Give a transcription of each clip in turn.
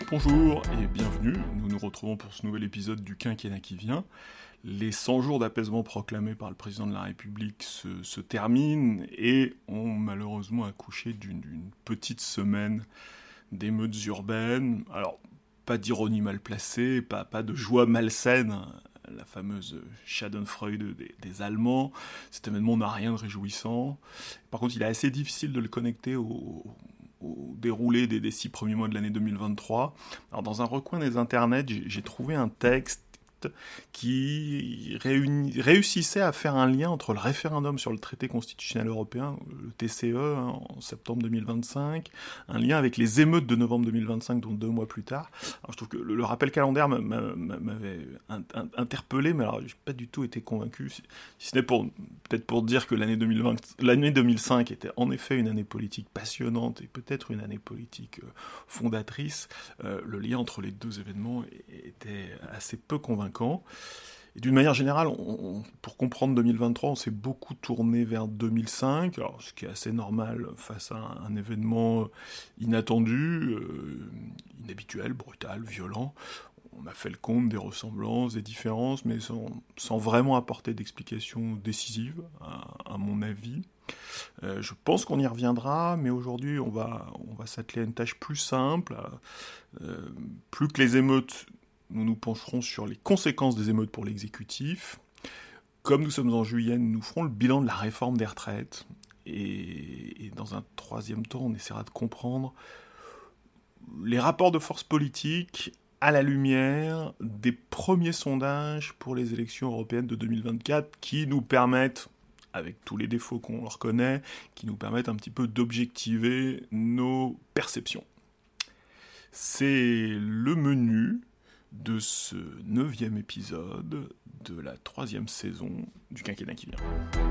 Bonjour et bienvenue, nous nous retrouvons pour ce nouvel épisode du quinquennat qui vient. Les 100 jours d'apaisement proclamés par le président de la République se terminent et ont malheureusement accouché d'une petite semaine d'émeutes urbaines. Alors, pas d'ironie mal placée, pas de joie malsaine, la fameuse Schadenfreude des Allemands. Cet événement n'a rien de réjouissant. Par contre, il est assez difficile de le connecter au déroulé des 6 premiers mois de l'année 2023. Alors, dans un recoin des internets, j'ai trouvé un texte qui réussissait à faire un lien entre le référendum sur le traité constitutionnel européen, le TCE, en septembre 2025, un lien avec les émeutes de novembre 2025, donc 2 mois plus tard. Alors, je trouve que le rappel calendaire m'avait interpellé, mais alors j'ai pas du tout été convaincu, si ce n'est peut-être pour dire que l'année 2005 était en effet une année politique passionnante et peut-être une année politique fondatrice. Le lien entre les deux événements était assez peu convaincant. Et d'une manière générale, pour comprendre 2023, on s'est beaucoup tourné vers 2005, alors, ce qui est assez normal face à un événement inattendu, inhabituel, brutal, violent. On a fait le compte des ressemblances, des différences, mais sans vraiment apporter d'explications décisives, à mon avis. Je pense qu'on y reviendra, mais aujourd'hui, on va s'atteler à une tâche plus simple. Plus que les émeutes, nous nous pencherons sur les conséquences des émeutes pour l'exécutif. Comme nous sommes en juillet, nous ferons le bilan de la réforme des retraites. Et dans un troisième temps, on essaiera de comprendre les rapports de force politiques à la lumière des premiers sondages pour les élections européennes de 2024 qui nous permettent, avec tous les défauts qu'on leur connaît, qui nous permettent un petit peu d'objectiver nos perceptions. C'est le menu de ce 9e épisode de la 3e saison du quinquennat qui vient.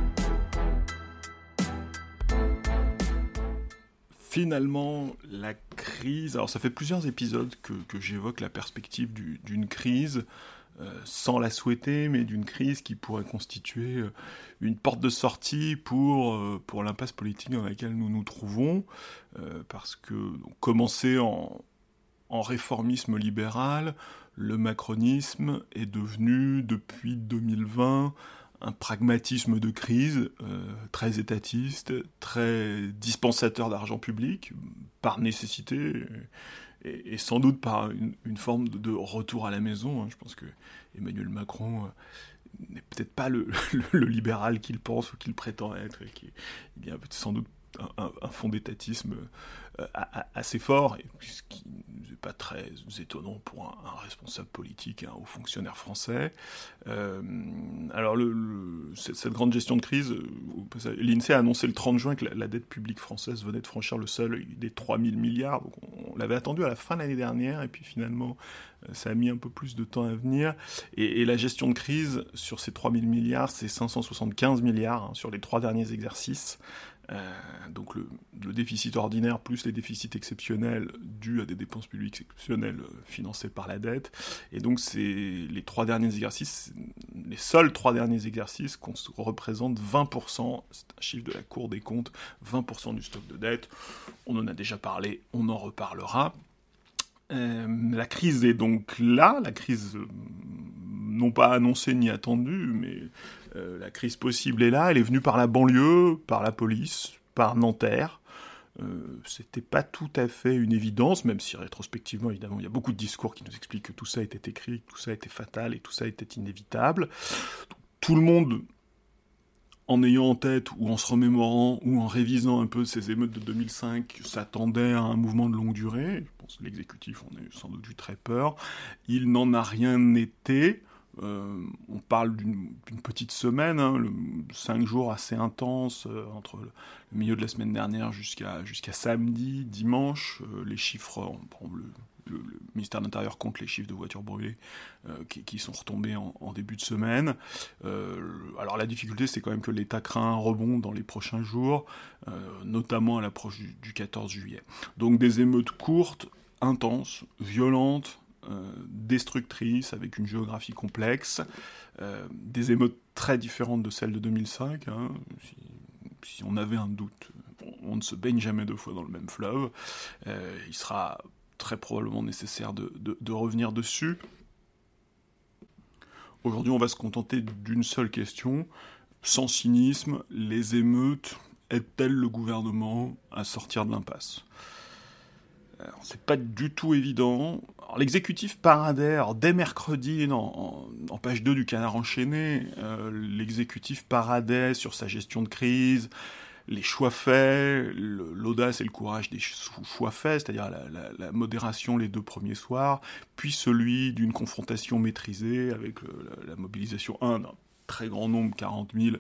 Finalement, la crise... Alors ça fait plusieurs épisodes que j'évoque la perspective d'une crise, sans la souhaiter, mais d'une crise qui pourrait constituer une porte de sortie pour l'impasse politique dans laquelle nous nous trouvons, parce que commencer en réformisme libéral, le macronisme est devenu, depuis 2020, un pragmatisme de crise très étatiste, très dispensateur d'argent public, par nécessité, et sans doute par une forme de retour à la maison. Je pense que Emmanuel Macron n'est peut-être pas le libéral qu'il pense ou qu'il prétend être, et il y a sans doute un fond d'étatisme assez fort, et ce qui n'est pas très étonnant pour un responsable politique, un haut fonctionnaire français. Alors, cette grande gestion de crise, l'INSEE a annoncé le 30 juin que la dette publique française venait de franchir le seuil des 3 000 milliards. Donc on l'avait attendu à la fin de l'année dernière, et puis finalement, ça a mis un peu plus de temps à venir. Et la gestion de crise, sur ces 3 000 milliards, c'est 575 milliards sur les 3 derniers exercices. Donc le déficit ordinaire plus les déficits exceptionnels dus à des dépenses publiques exceptionnelles financées par la dette. Et donc c'est les 3 derniers exercices, les seuls 3 derniers exercices représentent 20%, c'est un chiffre de la Cour des comptes, 20% du stock de dette. On en a déjà parlé, on en reparlera. La crise est donc là, la crise non pas annoncée ni attendue, mais la crise possible est là, elle est venue par la banlieue, par la police, par Nanterre. C'était pas tout à fait une évidence, même si rétrospectivement, évidemment, il y a beaucoup de discours qui nous expliquent que tout ça était écrit, que tout ça était fatal et tout ça était inévitable. Donc, tout le monde, en ayant en tête, ou en se remémorant, ou en révisant un peu ces émeutes de 2005, s'attendait à un mouvement de longue durée. Je pense que l'exécutif en a sans doute eu très peur. Il n'en a rien été. On parle d'une petite semaine, 5 jours assez intenses, entre le milieu de la semaine dernière jusqu'à samedi, dimanche. Les chiffres, le ministère de l'Intérieur compte les chiffres de voitures brûlées qui sont retombés en début de semaine. Alors la difficulté, c'est quand même que l'État craint un rebond dans les prochains jours, notamment à l'approche du 14 juillet. Donc des émeutes courtes, intenses, violentes, destructrices, avec une géographie complexe, des émeutes très différentes de celles de 2005. Si on avait un doute, on ne se baigne jamais 2 fois dans le même fleuve. Il sera très probablement nécessaire de revenir dessus. Aujourd'hui, on va se contenter d'une seule question. Sans cynisme, les émeutes aident-elles le gouvernement à sortir de l'impasse ? Alors, c'est pas du tout évident. Alors, l'exécutif paradait, dès mercredi, en page 2 du Canard enchaîné, l'exécutif paradait sur sa gestion de crise, les choix faits, l'audace et le courage des choix faits, c'est-à-dire la modération les 2 premiers soirs, puis celui d'une confrontation maîtrisée avec la mobilisation d'un très grand nombre, 40 000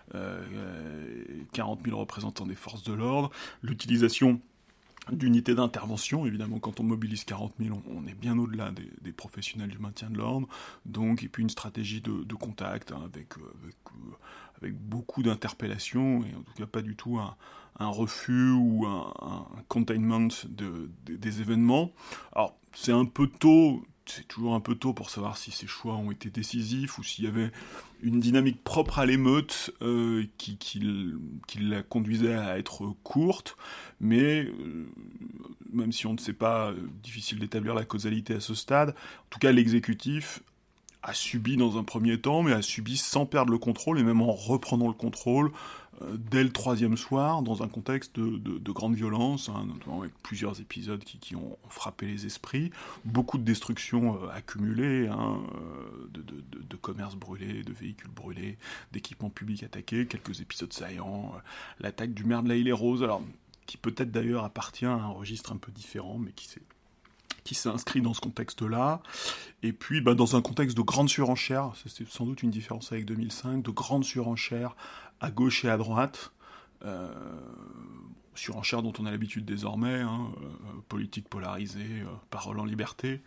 représentants des forces de l'ordre, l'utilisation d'unités d'intervention. Évidemment, quand on mobilise 40 000, on est bien au-delà des professionnels du maintien de l'ordre, donc, et puis une stratégie de contact avec beaucoup d'interpellations, et en tout cas pas du tout un refus ou un containment des événements. Alors, c'est toujours un peu tôt pour savoir si ces choix ont été décisifs ou s'il y avait une dynamique propre à l'émeute qui la conduisait à être courte, mais même si on ne sait pas, difficile d'établir la causalité à ce stade, en tout cas l'exécutif a subi dans un premier temps, mais a subi sans perdre le contrôle, et même en reprenant le contrôle, dès le 3e soir, dans un contexte de grande violence, notamment avec plusieurs épisodes qui ont frappé les esprits, beaucoup de destructions accumulées, de commerces brûlés, de véhicules brûlés, d'équipements publics attaqués, quelques épisodes saillants, l'attaque du maire de La Île-et-Rose, alors, qui peut-être d'ailleurs appartient à un registre un peu différent, mais qui s'est inscrit dans ce contexte-là, et puis dans un contexte de grande surenchère, c'est sans doute une différence avec 2005, de grande surenchère à gauche et à droite, surenchère dont on a l'habitude désormais, politique polarisée, parole en liberté,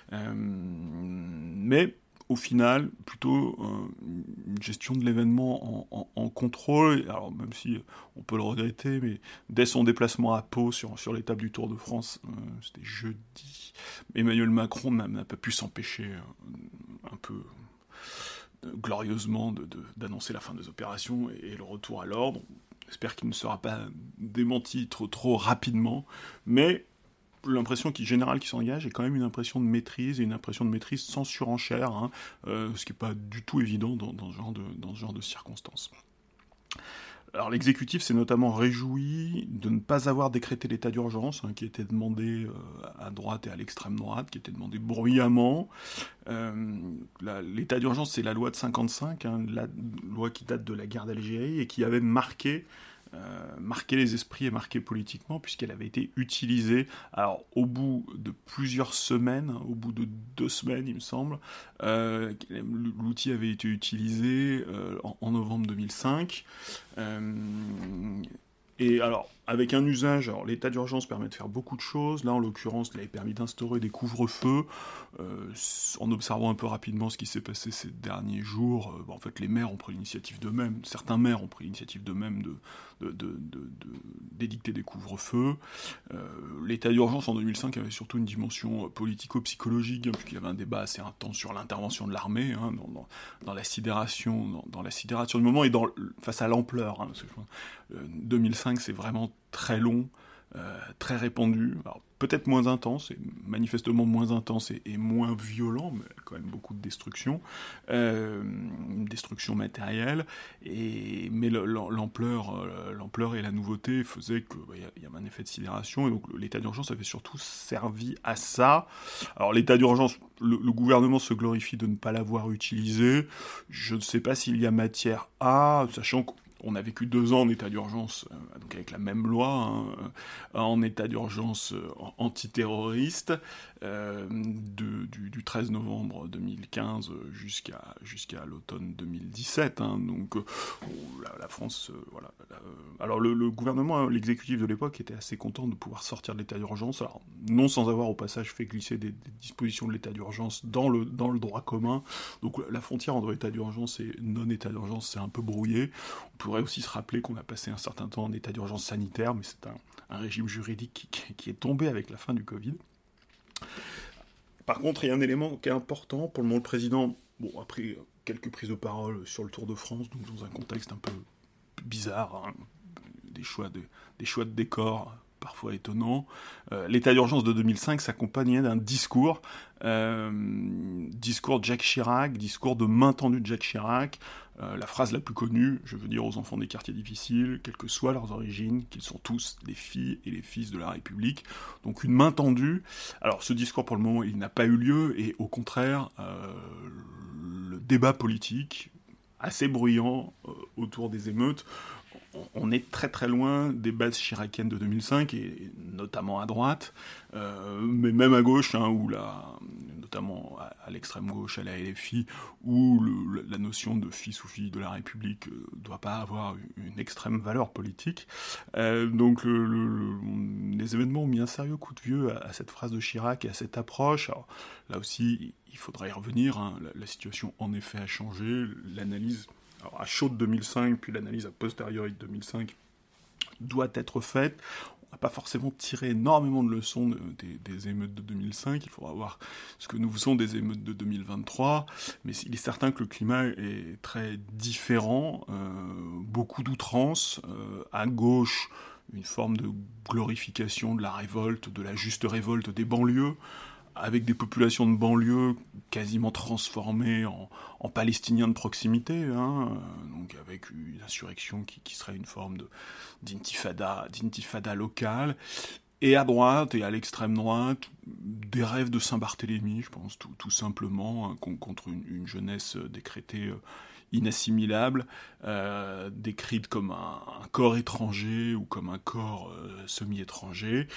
mais au final, plutôt une gestion de l'événement en contrôle. Alors, même si on peut le regretter, mais dès son déplacement à Pau sur l'étape du Tour de France, c'était jeudi, Emmanuel Macron n'a pas pu s'empêcher un peu glorieusement d'annoncer la fin des opérations et le retour à l'ordre. J'espère qu'il ne sera pas démenti trop rapidement, mais l'impression générale qui s'engage est quand même une impression de maîtrise, et une impression de maîtrise sans surenchère, ce qui n'est pas du tout évident dans ce genre de circonstances. Alors l'exécutif s'est notamment réjoui de ne pas avoir décrété l'état d'urgence, qui était demandé à droite et à l'extrême droite, qui était demandé bruyamment. L'état d'urgence, c'est la loi de 55, la loi qui date de la guerre d'Algérie, et qui avait marqué les esprits et marqué politiquement, puisqu'elle avait été utilisée, alors au bout de plusieurs semaines, au bout de 2 semaines il me semble, l'outil avait été utilisé en novembre 2005, et alors, avec un usage, alors l'état d'urgence permet de faire beaucoup de choses. Là, en l'occurrence, il avait permis d'instaurer des couvre-feux. En observant un peu rapidement ce qui s'est passé ces derniers jours, en fait, les maires ont pris l'initiative d'eux-mêmes. Certains maires ont pris l'initiative d'eux-mêmes d'édicter des couvre-feux. L'état d'urgence en 2005 avait surtout une dimension politico-psychologique, puisqu'il y avait un débat assez intense sur l'intervention de l'armée, dans la sidération, dans la sidération du moment, et face à l'ampleur. Parce que 2005, c'est vraiment très long, très répandu, alors, peut-être moins intense, et manifestement moins intense et moins violent, mais quand même beaucoup de destruction matérielle, mais l'ampleur et la nouveauté faisaient qu'il y avait un effet de sidération, et donc l'état d'urgence avait surtout servi à ça. Alors l'état d'urgence, le gouvernement se glorifie de ne pas l'avoir utilisé, je ne sais pas s'il y a matière sachant qu'on a vécu 2 ans en état d'urgence, donc avec la même loi, en état d'urgence antiterroriste, du 13 novembre 2015 jusqu'à l'automne 2017. Donc la France, voilà. Alors le gouvernement, l'exécutif de l'époque était assez content de pouvoir sortir de l'état d'urgence, alors non sans avoir au passage fait glisser des dispositions de l'état d'urgence dans le droit commun. Donc la frontière entre état d'urgence et non-état d'urgence s'est un peu brouillée. On pourrait aussi se rappeler qu'on a passé un certain temps en état d'urgence sanitaire, mais c'est un régime juridique qui est tombé avec la fin du Covid. Par contre, il y a un élément qui est important. Pour le moment, le président, après quelques prises de parole sur le Tour de France, donc dans un contexte un peu bizarre, des choix de décor parfois étonnant. L'état d'urgence de 2005 s'accompagnait d'un discours de Jacques Chirac, discours de main tendue de Jacques Chirac, la phrase la plus connue, je veux dire aux enfants des quartiers difficiles, quelles que soient leurs origines, qu'ils sont tous des filles et les fils de la République. Donc une main tendue. Alors ce discours pour le moment il n'a pas eu lieu et au contraire le débat politique assez bruyant autour des émeutes, on est très très loin des bases chiraciennes de 2005, et notamment à droite, mais même à gauche, notamment à l'extrême gauche, à la LFI, où la notion de fils ou fille de la République ne doit pas avoir une extrême valeur politique. Donc les événements ont mis un sérieux coup de vieux à cette phrase de Chirac et à cette approche. Alors, là aussi, il faudra y revenir, hein. La situation en effet a changé, l'analyse à chaud de 2005, puis l'analyse a posteriori de 2005 doit être faite. On n'a pas forcément tiré énormément de leçons des émeutes de 2005, il faudra voir ce que nous faisons des émeutes de 2023, mais il est certain que le climat est très différent, beaucoup d'outrance, à gauche, une forme de glorification de la révolte, de la juste révolte des banlieues, avec des populations de banlieue quasiment transformées en Palestiniens de proximité, hein, donc avec une insurrection qui serait une forme d'intifada locale, et à droite et à l'extrême droite, des rêves de Saint-Barthélemy, je pense, tout simplement, hein, contre une jeunesse décrétée inassimilable, décrite comme un corps étranger ou comme un corps semi-étranger.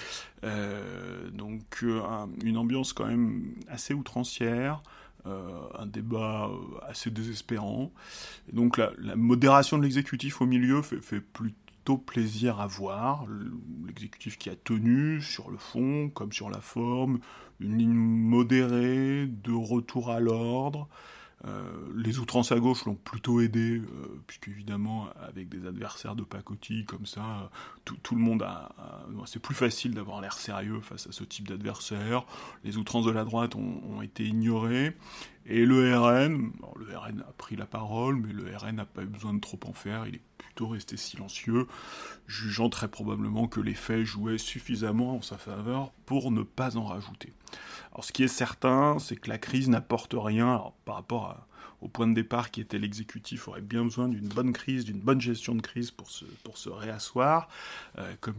Donc une ambiance quand même assez outrancière, un débat assez désespérant. Et donc la modération de l'exécutif au milieu fait plutôt plaisir à voir. L'exécutif qui a tenu sur le fond comme sur la forme, une ligne modérée de retour à l'ordre. Les outrances à gauche l'ont plutôt aidé, puisque évidemment avec des adversaires de pacotille comme ça, tout le monde c'est plus facile d'avoir l'air sérieux face à ce type d'adversaire. Les outrances de la droite ont été ignorées, et le RN a pris la parole, mais le RN n'a pas eu besoin de trop en faire, il est plutôt resté silencieux, jugeant très probablement que les faits jouaient suffisamment en sa faveur pour ne pas en rajouter. Alors ce qui est certain, c'est que la crise n'apporte rien par rapport au point de départ qui était l'exécutif aurait bien besoin d'une bonne crise, d'une bonne gestion de crise pour se réasseoir, comme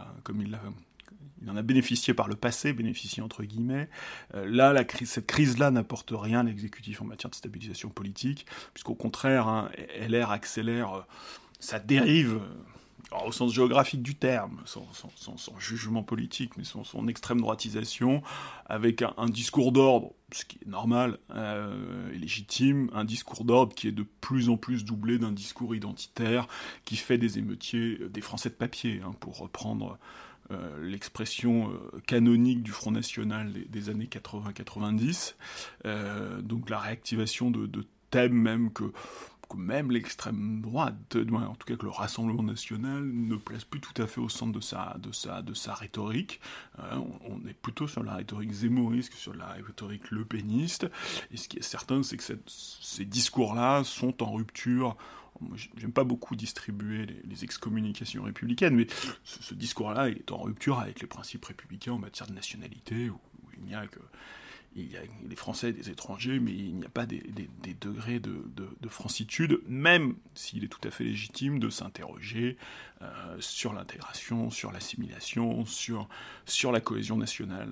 il en a bénéficié par le passé, bénéficié entre guillemets. Là, cette crise-là n'apporte rien à l'exécutif en matière de stabilisation politique, puisqu'au contraire, hein, LR accélère sa dérive, au sens géographique du terme, sans jugement politique, mais son extrême droitisation, avec un discours d'ordre, ce qui est normal et légitime, un discours d'ordre qui est de plus en plus doublé d'un discours identitaire qui fait des émeutiers des Français de papier, hein, pour reprendre l'expression canonique du Front National des années 80-90, donc la réactivation de thèmes même que même l'extrême droite, en tout cas que le Rassemblement national ne place plus tout à fait au centre de sa rhétorique. On est plutôt sur la rhétorique zémoriste que sur la rhétorique lepéniste. Et ce qui est certain, c'est que ces discours-là sont en rupture. Moi, j'aime pas beaucoup distribuer les excommunications républicaines, mais ce discours-là, il est en rupture avec les principes républicains en matière de nationalité, où il n'y a que... Il y a les Français et des étrangers, mais il n'y a pas des degrés de francitude, même s'il est tout à fait légitime de s'interroger sur l'intégration, sur l'assimilation, sur la cohésion nationale,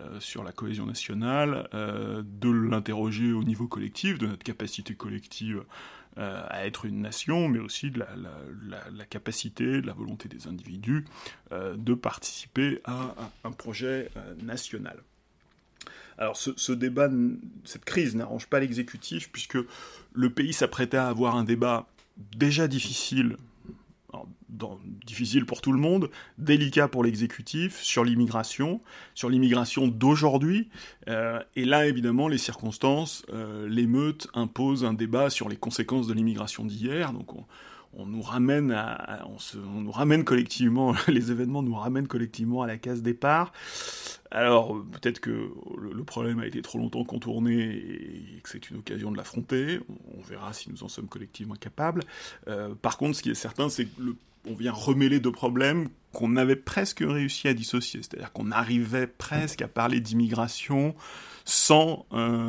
de l'interroger au niveau collectif, de notre capacité collective à être une nation, mais aussi de la capacité, de la volonté des individus de participer à un projet national. Alors ce débat, cette crise n'arrange pas l'exécutif, puisque le pays s'apprêtait à avoir un débat déjà difficile, difficile pour tout le monde, délicat pour l'exécutif, sur l'immigration d'aujourd'hui. Et là, évidemment, les circonstances, l'émeute impose un débat sur les conséquences de l'immigration d'hier. Donc on nous ramène on nous ramène collectivement, les événements nous ramènent collectivement à la case départ. Alors, peut-être que le problème a été trop longtemps contourné et que c'est une occasion de l'affronter. On verra si nous en sommes collectivement capables. Par contre, ce qui est certain, c'est que on vient remêler deux problèmes qu'on avait presque réussi à dissocier. C'est-à-dire qu'on arrivait presque à parler d'immigration sans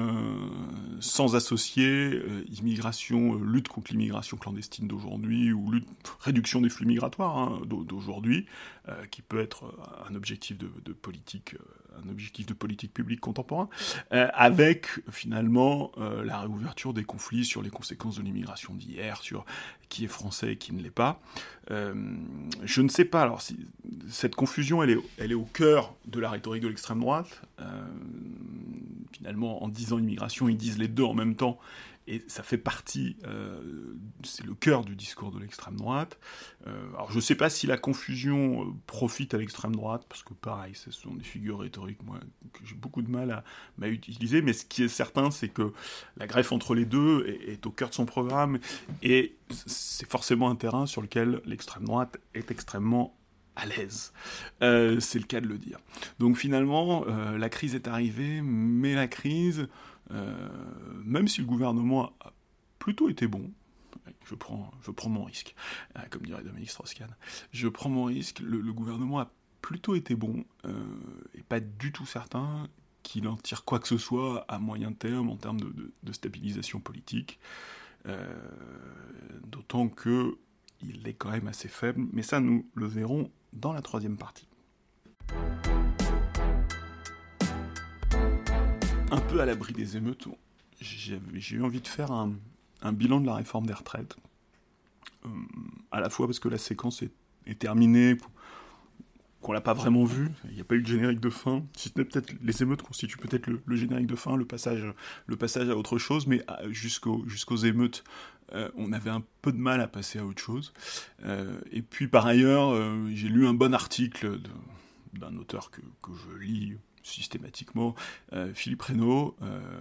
associer immigration, lutte contre l'immigration clandestine d'aujourd'hui ou réduction des flux migratoires d'aujourd'hui, qui peut être un objectif de politique publique contemporain, avec finalement la réouverture des conflits sur les conséquences de l'immigration d'hier, sur qui est français et qui ne l'est pas. Je ne sais pas, alors si cette confusion elle est au cœur de la rhétorique de l'extrême droite. Finalement, en disant immigration, ils disent les deux en même temps, et ça fait partie, c'est le cœur du discours de l'extrême droite. Alors je ne sais pas si la confusion profite à l'extrême droite, parce que pareil, ce sont des figures rhétoriques moi, que j'ai beaucoup de mal à utiliser, mais ce qui est certain, c'est que la greffe entre les deux est au cœur de son programme, et c'est forcément un terrain sur lequel l'extrême droite est extrêmement à l'aise. C'est le cas de le dire. Donc finalement, la crise est arrivée, mais la crise, même si le gouvernement a plutôt été bon, je prends mon risque, comme dirait Dominique Strauss-Kahn, je prends mon risque, le gouvernement a plutôt été bon, et pas du tout certain qu'il en tire quoi que ce soit à moyen terme en termes de stabilisation politique, d'autant que il est quand même assez faible, mais ça nous le verrons dans la troisième partie. Un peu à l'abri des émeutes, j'ai eu envie de faire un bilan de la réforme des retraites, à la fois parce que la séquence est terminée, qu'on l'a pas vraiment vue, il n'y a pas eu de générique de fin, si ce n'est peut-être les émeutes constituent peut-être le générique de fin, le passage à autre chose, mais jusqu'aux émeutes, on avait un peu de mal à passer à autre chose. Et puis par ailleurs, j'ai lu un bon article d'un auteur que je lis systématiquement, Philippe Reynaud,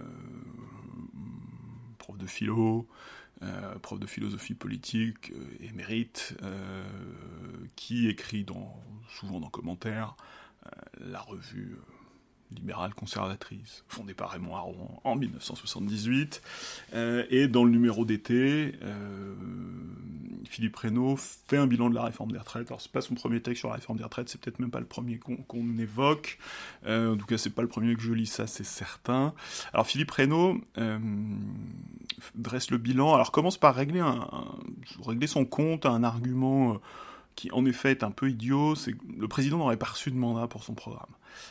prof de philo, prof de philosophie politique, émérite, qui écrit souvent dans commentaires la revue libérale conservatrice, fondée par Raymond Aron en 1978, et dans le numéro d'été, Philippe Reynaud fait un bilan de la réforme des retraites. Alors c'est pas son premier texte sur la réforme des retraites, c'est peut-être même pas le premier qu'on évoque, en tout cas c'est pas le premier que je lis, ça c'est certain. Alors Philippe Reynaud dresse le bilan, alors commence par régler son compte à un argument qui en effet est un peu idiot, c'est que le président n'aurait pas reçu de mandat pour son programme.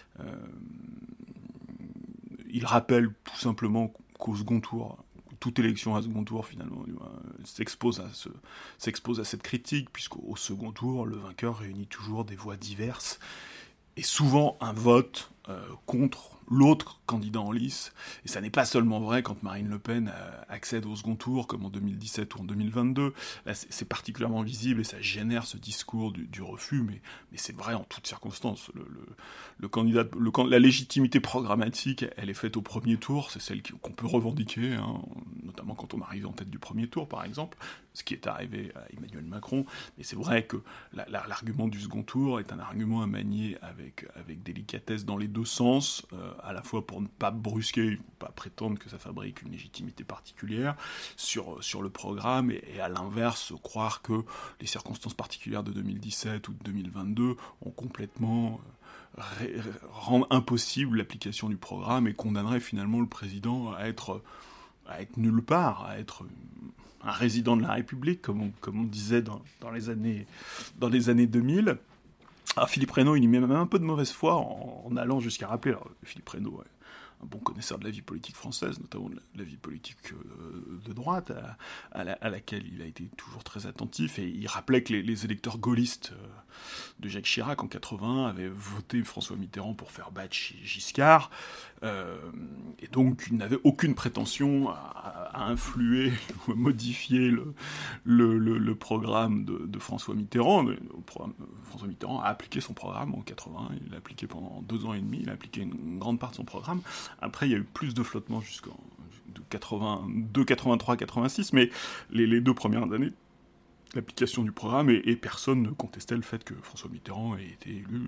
Il rappelle tout simplement qu'au second tour, toute élection à second tour finalement s'expose à cette critique, puisqu'au second tour, le vainqueur réunit toujours des voix diverses, et souvent un vote contre l'autre candidat en lice, et ça n'est pas seulement vrai quand Marine Le Pen accède au second tour, comme en 2017 ou en 2022, là c'est particulièrement visible, et ça génère ce discours du refus, mais c'est vrai en toutes circonstances. La légitimité programmatique, elle est faite au premier tour, c'est celle qu'on peut revendiquer, notamment quand on arrive en tête du premier tour, par exemple, ce qui est arrivé à Emmanuel Macron, mais c'est vrai que l'argument du second tour est un argument à manier avec délicatesse dans les deux sens, à la fois pour ne pas brusquer, pas prétendre que ça fabrique une légitimité particulière sur le programme, et à l'inverse, croire que les circonstances particulières de 2017 ou de 2022 ont complètement rendre impossible l'application du programme et condamnerait finalement le président à être nulle part, à être un résident de la République, comme on disait dans les années 2000. Alors Philippe Reynaud, il y met même un peu de mauvaise foi en allant jusqu'à rappeler, alors Philippe Reynaud, un bon connaisseur de la vie politique française, notamment de la vie politique de droite, à laquelle il a été toujours très attentif, et il rappelait que les électeurs gaullistes de Jacques Chirac en 80 avaient voté François Mitterrand pour faire battre Giscard, et donc il n'avait aucune prétention à influer ou à modifier le programme de François Mitterrand. François Mitterrand a appliqué son programme en 80, il l'a appliqué pendant 2 ans et demi, il a appliqué une grande part de son programme. Après, il y a eu plus de flottement de 82, 83, 86, mais les 2 premières années, l'application du programme, et personne ne contestait le fait que François Mitterrand ait été élu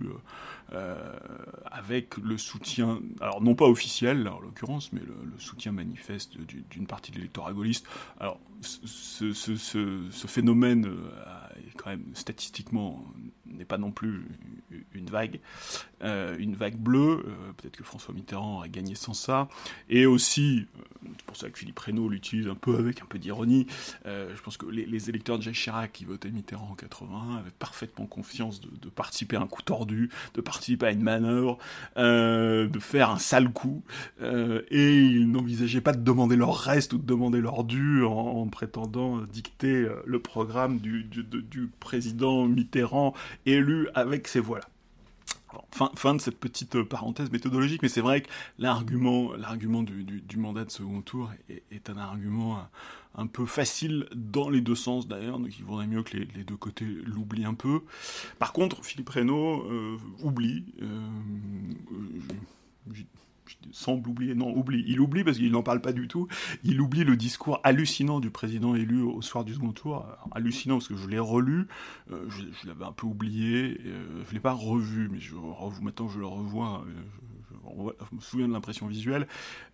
avec le soutien, alors non pas officiel en l'occurrence, mais le soutien manifeste d'une partie de l'électorat gaulliste. Alors ce phénomène est quand même statistiquement n'est pas non plus une vague bleue. Peut-être que François Mitterrand aurait gagné sans ça. Et aussi, c'est pour ça que Philippe Reynaud l'utilise avec un peu d'ironie, je pense que les électeurs de Jacques Chirac qui votaient Mitterrand en 81 avaient parfaitement confiance de participer à un coup tordu, de participer à une manœuvre, de faire un sale coup, et ils n'envisageaient pas de demander leur reste ou de demander leur dû en prétendant dicter le programme du président Mitterrand élu avec ces voix-là. Fin de cette petite parenthèse méthodologique, mais c'est vrai que l'argument du mandat de second tour est un argument un peu facile dans les deux sens d'ailleurs, donc il vaudrait mieux que les deux côtés l'oublient un peu. Par contre, Philippe Reynaud oublie, semble oublier, non, il oublie parce qu'il n'en parle pas du tout, il oublie le discours hallucinant du président élu au soir du second tour. Alors, hallucinant parce que je l'ai relu, je l'avais un peu oublié, je l'ai pas revu, mais maintenant je le revois, je me souviens de l'impression visuelle.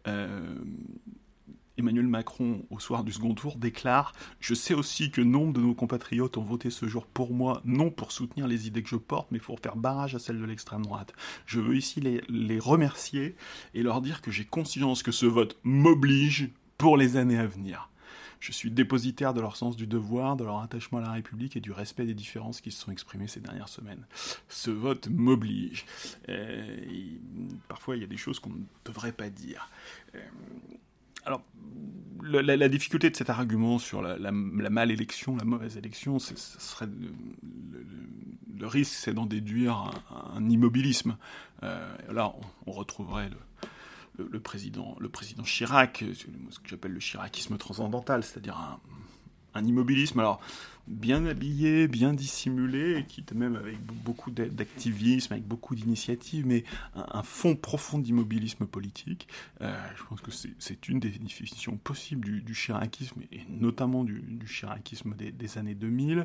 Emmanuel Macron, au soir du second tour, déclare « Je sais aussi que nombre de nos compatriotes ont voté ce jour pour moi, non pour soutenir les idées que je porte, mais pour faire barrage à celles de l'extrême droite. Je veux ici les remercier et leur dire que j'ai conscience que ce vote m'oblige pour les années à venir. Je suis dépositaire de leur sens du devoir, de leur attachement à la République et du respect des différences qui se sont exprimées ces dernières semaines. Ce vote m'oblige. » Parfois, il y a des choses qu'on ne devrait pas dire. Alors, la difficulté de cet argument sur la mal-élection, la mauvaise élection, ce serait le risque, c'est d'en déduire un immobilisme. Là, on retrouverait le président Chirac, ce que j'appelle le chiracisme transcendantal, c'est-à-dire un immobilisme, alors bien habillé, bien dissimulé, quitte même avec beaucoup d'activisme, avec beaucoup d'initiatives, mais un fond profond d'immobilisme politique. Je pense que c'est une des définitions possibles du chiracisme, et notamment du chiracisme des années 2000.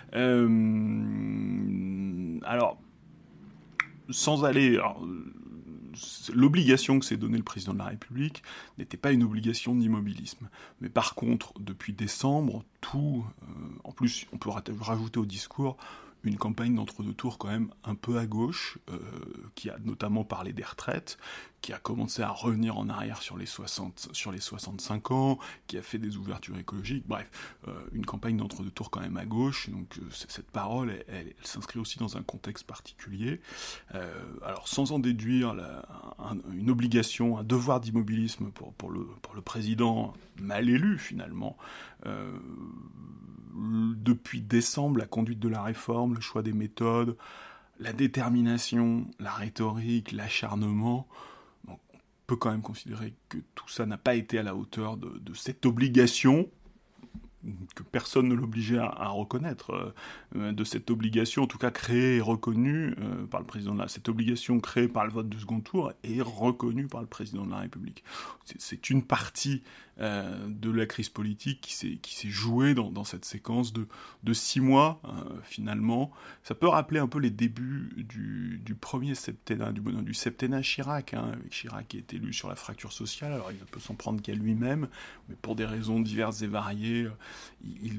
Alors, sans aller... l'obligation que s'est donnée le président de la République n'était pas une obligation d'immobilisme. Mais par contre, depuis décembre, en plus, on peut rajouter au discours une campagne d'entre-deux tours quand même un peu à gauche, qui a notamment parlé des retraites, qui a commencé à revenir en arrière sur les 65 ans, qui a fait des ouvertures écologiques, bref, une campagne d'entre-deux tours quand même à gauche, donc cette parole, elle s'inscrit aussi dans un contexte particulier. Alors sans en déduire une obligation, un devoir d'immobilisme pour le président mal élu finalement, depuis décembre, la conduite de la réforme, le choix des méthodes, la détermination, la rhétorique, l'acharnement, on peut quand même considérer que tout ça n'a pas été à la hauteur de cette obligation, que personne ne l'obligeait à reconnaître, de cette obligation, en tout cas créée et reconnue par le président de la... Cette obligation créée par le vote du second tour est reconnue par le président de la République. C'est une partie de la crise politique qui s'est jouée dans cette séquence de 6 mois, finalement. Ça peut rappeler un peu les débuts du premier septennat, du septennat Chirac, avec Chirac qui est élu sur la fracture sociale. Alors il ne peut s'en prendre qu'à lui-même, mais pour des raisons diverses et variées, il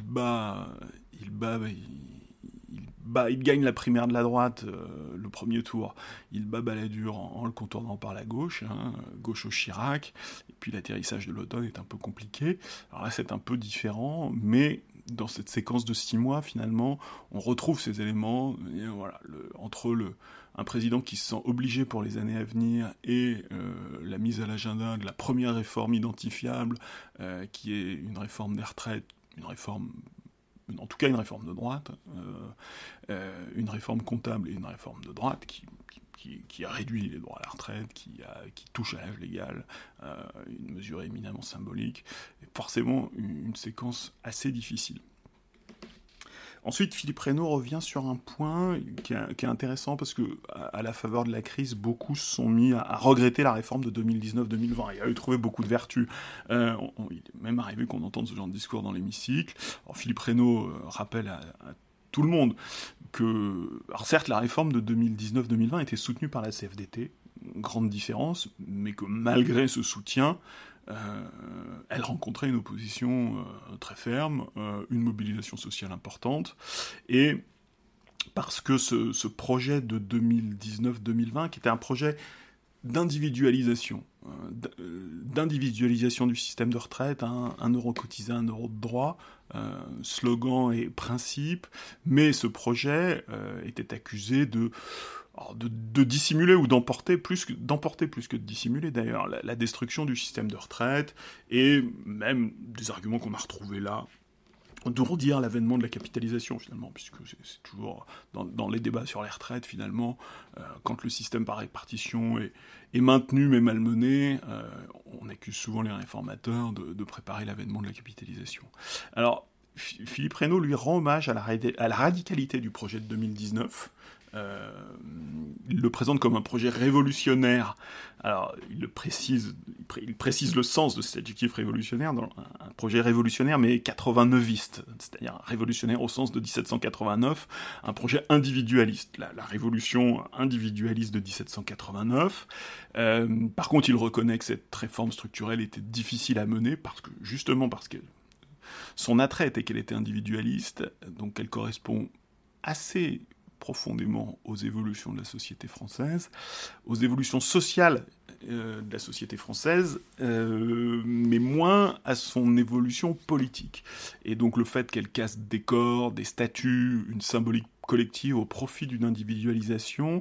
gagne la primaire de la droite, le premier tour. Il bat Balladur en le contournant par la gauche, gauche au Chirac. Et puis l'atterrissage de l'automne est un peu compliqué. Alors là, c'est un peu différent, mais dans cette séquence de 6 mois, finalement, on retrouve ces éléments. Et voilà, entre un président qui se sent obligé pour les années à venir et la mise à l'agenda de la première réforme identifiable, qui est une réforme des retraites, en tout cas une réforme de droite, une réforme comptable et une réforme de droite qui a réduit les droits à la retraite, qui touche à l'âge légal, une mesure éminemment symbolique, et forcément une séquence assez difficile. Ensuite, Philippe Reynaud revient sur un point qui est intéressant parce que, à la faveur de la crise, beaucoup se sont mis à regretter la réforme de 2019-2020. Il a eu trouvé beaucoup de vertus. Il est même arrivé qu'on entende ce genre de discours dans l'hémicycle. Alors, Philippe Reynaud rappelle à tout le monde que, alors certes, la réforme de 2019-2020 était soutenue par la CFDT, grande différence, mais que malgré ce soutien, elle rencontrait une opposition très ferme, une mobilisation sociale importante, et parce que ce projet de 2019-2020, qui était un projet d'individualisation du système de retraite, un euro cotisé, 1 euro de droit, slogan et principe, mais ce projet était accusé de dissimuler ou d'emporter plus que de dissimuler d'ailleurs la destruction du système de retraite, et même des arguments qu'on a retrouvés là, d'ourdir l'avènement de la capitalisation finalement, puisque c'est toujours dans les débats sur les retraites finalement, quand le système par répartition est maintenu mais malmené, on accuse souvent les réformateurs de préparer l'avènement de la capitalisation. Alors Philippe Reynaud lui rend hommage à la radicalité du projet de 2019. Il le présente comme un projet révolutionnaire. Alors, il précise le sens de cet adjectif révolutionnaire, dans un projet révolutionnaire, mais 89iste, c'est-à-dire révolutionnaire au sens de 1789, un projet individualiste, la révolution individualiste de 1789. Par contre, il reconnaît que cette réforme structurelle était difficile à mener, parce que son attrait était qu'elle était individualiste, donc qu'elle correspond assez profondément aux évolutions de la société française, aux évolutions sociales de la société française, mais moins à son évolution politique. Et donc le fait qu'elle casse des corps, des statuts, une symbolique collective au profit d'une individualisation,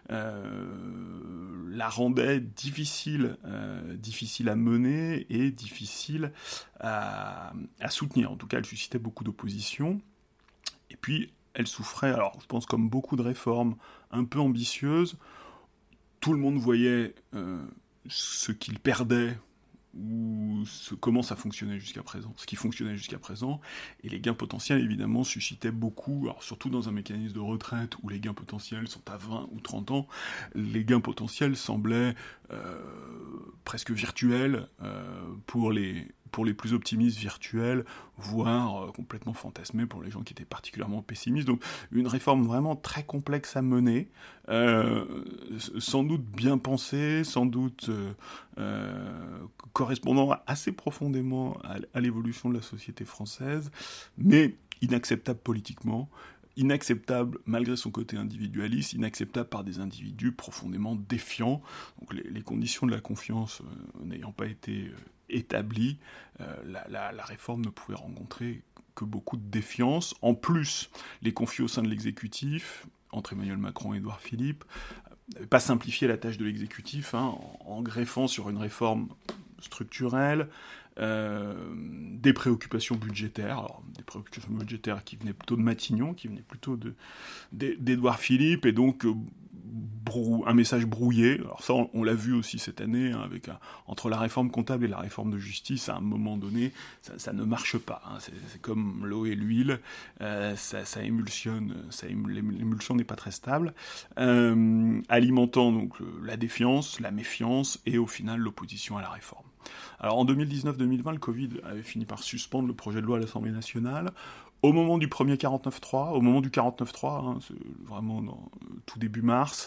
la rendait difficile à mener et difficile à soutenir. En tout cas, elle suscitait beaucoup d'opposition. Et puis, elle souffrait, alors je pense comme beaucoup de réformes un peu ambitieuses, tout le monde voyait ce qu'il perdait ou comment ça fonctionnait jusqu'à présent, ce qui fonctionnait jusqu'à présent, et les gains potentiels évidemment suscitaient beaucoup, alors surtout dans un mécanisme de retraite où les gains potentiels sont à 20 ou 30 ans, les gains potentiels semblaient presque virtuels pour les plus optimistes, virtuels, voire complètement fantasmés pour les gens qui étaient particulièrement pessimistes. Donc une réforme vraiment très complexe à mener, sans doute bien pensée, sans doute correspondant assez profondément à l'évolution de la société française, mais inacceptable politiquement, inacceptable malgré son côté individualiste, inacceptable par des individus profondément défiants. Donc les conditions de la confiance n'ayant pas été établies, la réforme ne pouvait rencontrer que beaucoup de défiance. En plus, les conflits au sein de l'exécutif, entre Emmanuel Macron et Édouard Philippe, n'avaient pas simplifié la tâche de l'exécutif, en greffant sur une réforme structurelle, des préoccupations budgétaires, qui venaient plutôt de Matignon, qui venaient plutôt d'Édouard Philippe, et donc un message brouillé. Alors ça, on l'a vu aussi cette année, entre la réforme comptable et la réforme de justice, à un moment donné, ça ne marche pas. C'est comme l'eau et l'huile, ça émulsionne, l'émulsion n'est pas très stable, alimentant donc la défiance, la méfiance, et au final l'opposition à la réforme. Alors en 2019-2020, le Covid avait fini par suspendre le projet de loi à l'Assemblée nationale. Au moment du premier 49.3, au moment du 49.3, c'est vraiment dans tout début mars,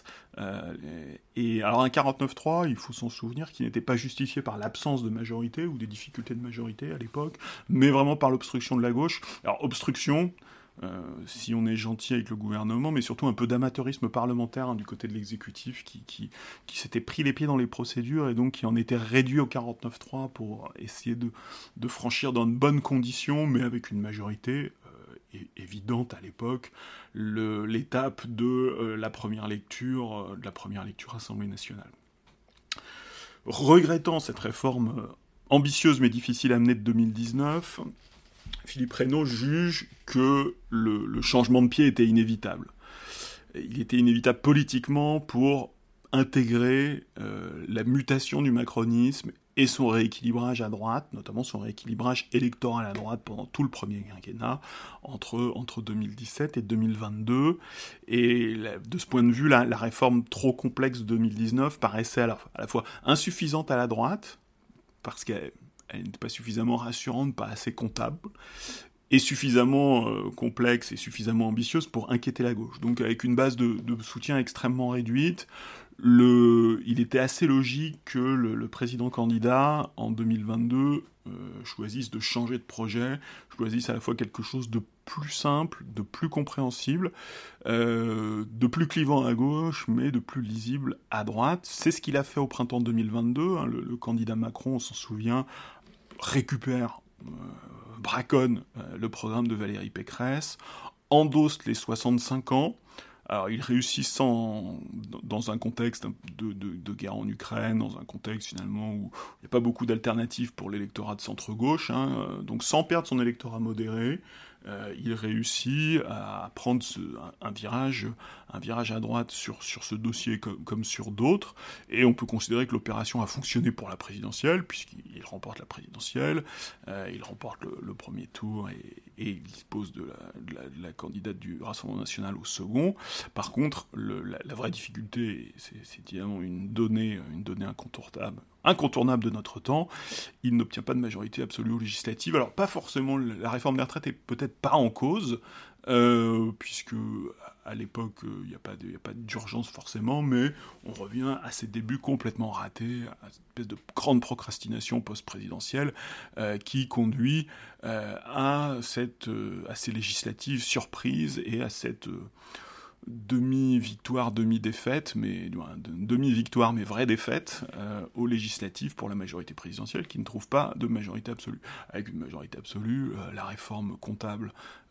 et alors un 49.3, il faut s'en souvenir, qui n'était pas justifié par l'absence de majorité ou des difficultés de majorité à l'époque, mais vraiment par l'obstruction de la gauche. Alors obstruction, si on est gentil avec le gouvernement, mais surtout un peu d'amateurisme parlementaire du côté de l'exécutif qui s'était pris les pieds dans les procédures et donc qui en était réduit au 49.3 pour essayer de franchir dans de bonnes conditions, mais avec une majorité évidente à l'époque, l'étape de la première lecture à l'Assemblée nationale. Regrettant cette réforme ambitieuse mais difficile à mener de 2019, Philippe Reynaud juge que le changement de pied était inévitable. Il était inévitable politiquement pour intégrer la mutation du macronisme et son rééquilibrage à droite, notamment son rééquilibrage électoral à droite pendant tout le premier quinquennat, entre 2017 et 2022. Et de ce point de vue, la réforme trop complexe de 2019 paraissait à la fois insuffisante à la droite, parce qu'elle n'était pas suffisamment rassurante, pas assez comptable, et suffisamment complexe et suffisamment ambitieuse pour inquiéter la gauche. Donc avec une base de soutien extrêmement réduite, il était assez logique que le président candidat, en 2022, choisisse de changer de projet, choisisse à la fois quelque chose de plus simple, de plus compréhensible, de plus clivant à gauche, mais de plus lisible à droite. C'est ce qu'il a fait au printemps 2022. Hein, le candidat Macron, on s'en souvient, récupère, braconne le programme de Valérie Pécresse, endosse les 65 ans. Alors, il réussit dans un contexte de guerre en Ukraine, dans un contexte finalement où il n'y a pas beaucoup d'alternatives pour l'électorat de centre-gauche, hein, donc sans perdre son électorat modéré, il réussit à prendre un virage à droite sur ce dossier comme sur d'autres, et on peut considérer que l'opération a fonctionné pour la présidentielle, puisqu'il remporte la présidentielle, il remporte le premier tour, et il dispose de la candidate du Rassemblement National au second. Par contre, la vraie difficulté, c'est évidemment une donnée incontournable de notre temps, il n'obtient pas de majorité absolue aux législatives. Alors, pas forcément, la réforme des retraites est peut-être pas en cause, puisque à l'époque, il n'y a pas d'urgence forcément, mais on revient à ces débuts complètement ratés, à cette espèce de grande procrastination post-présidentielle qui conduit à ces législatives surprises et à cette demi-victoire, demi-défaite, mais demi-victoire mais vraie défaite aux législatives pour la majorité présidentielle qui ne trouve pas de majorité absolue. Avec une majorité absolue, la réforme comptable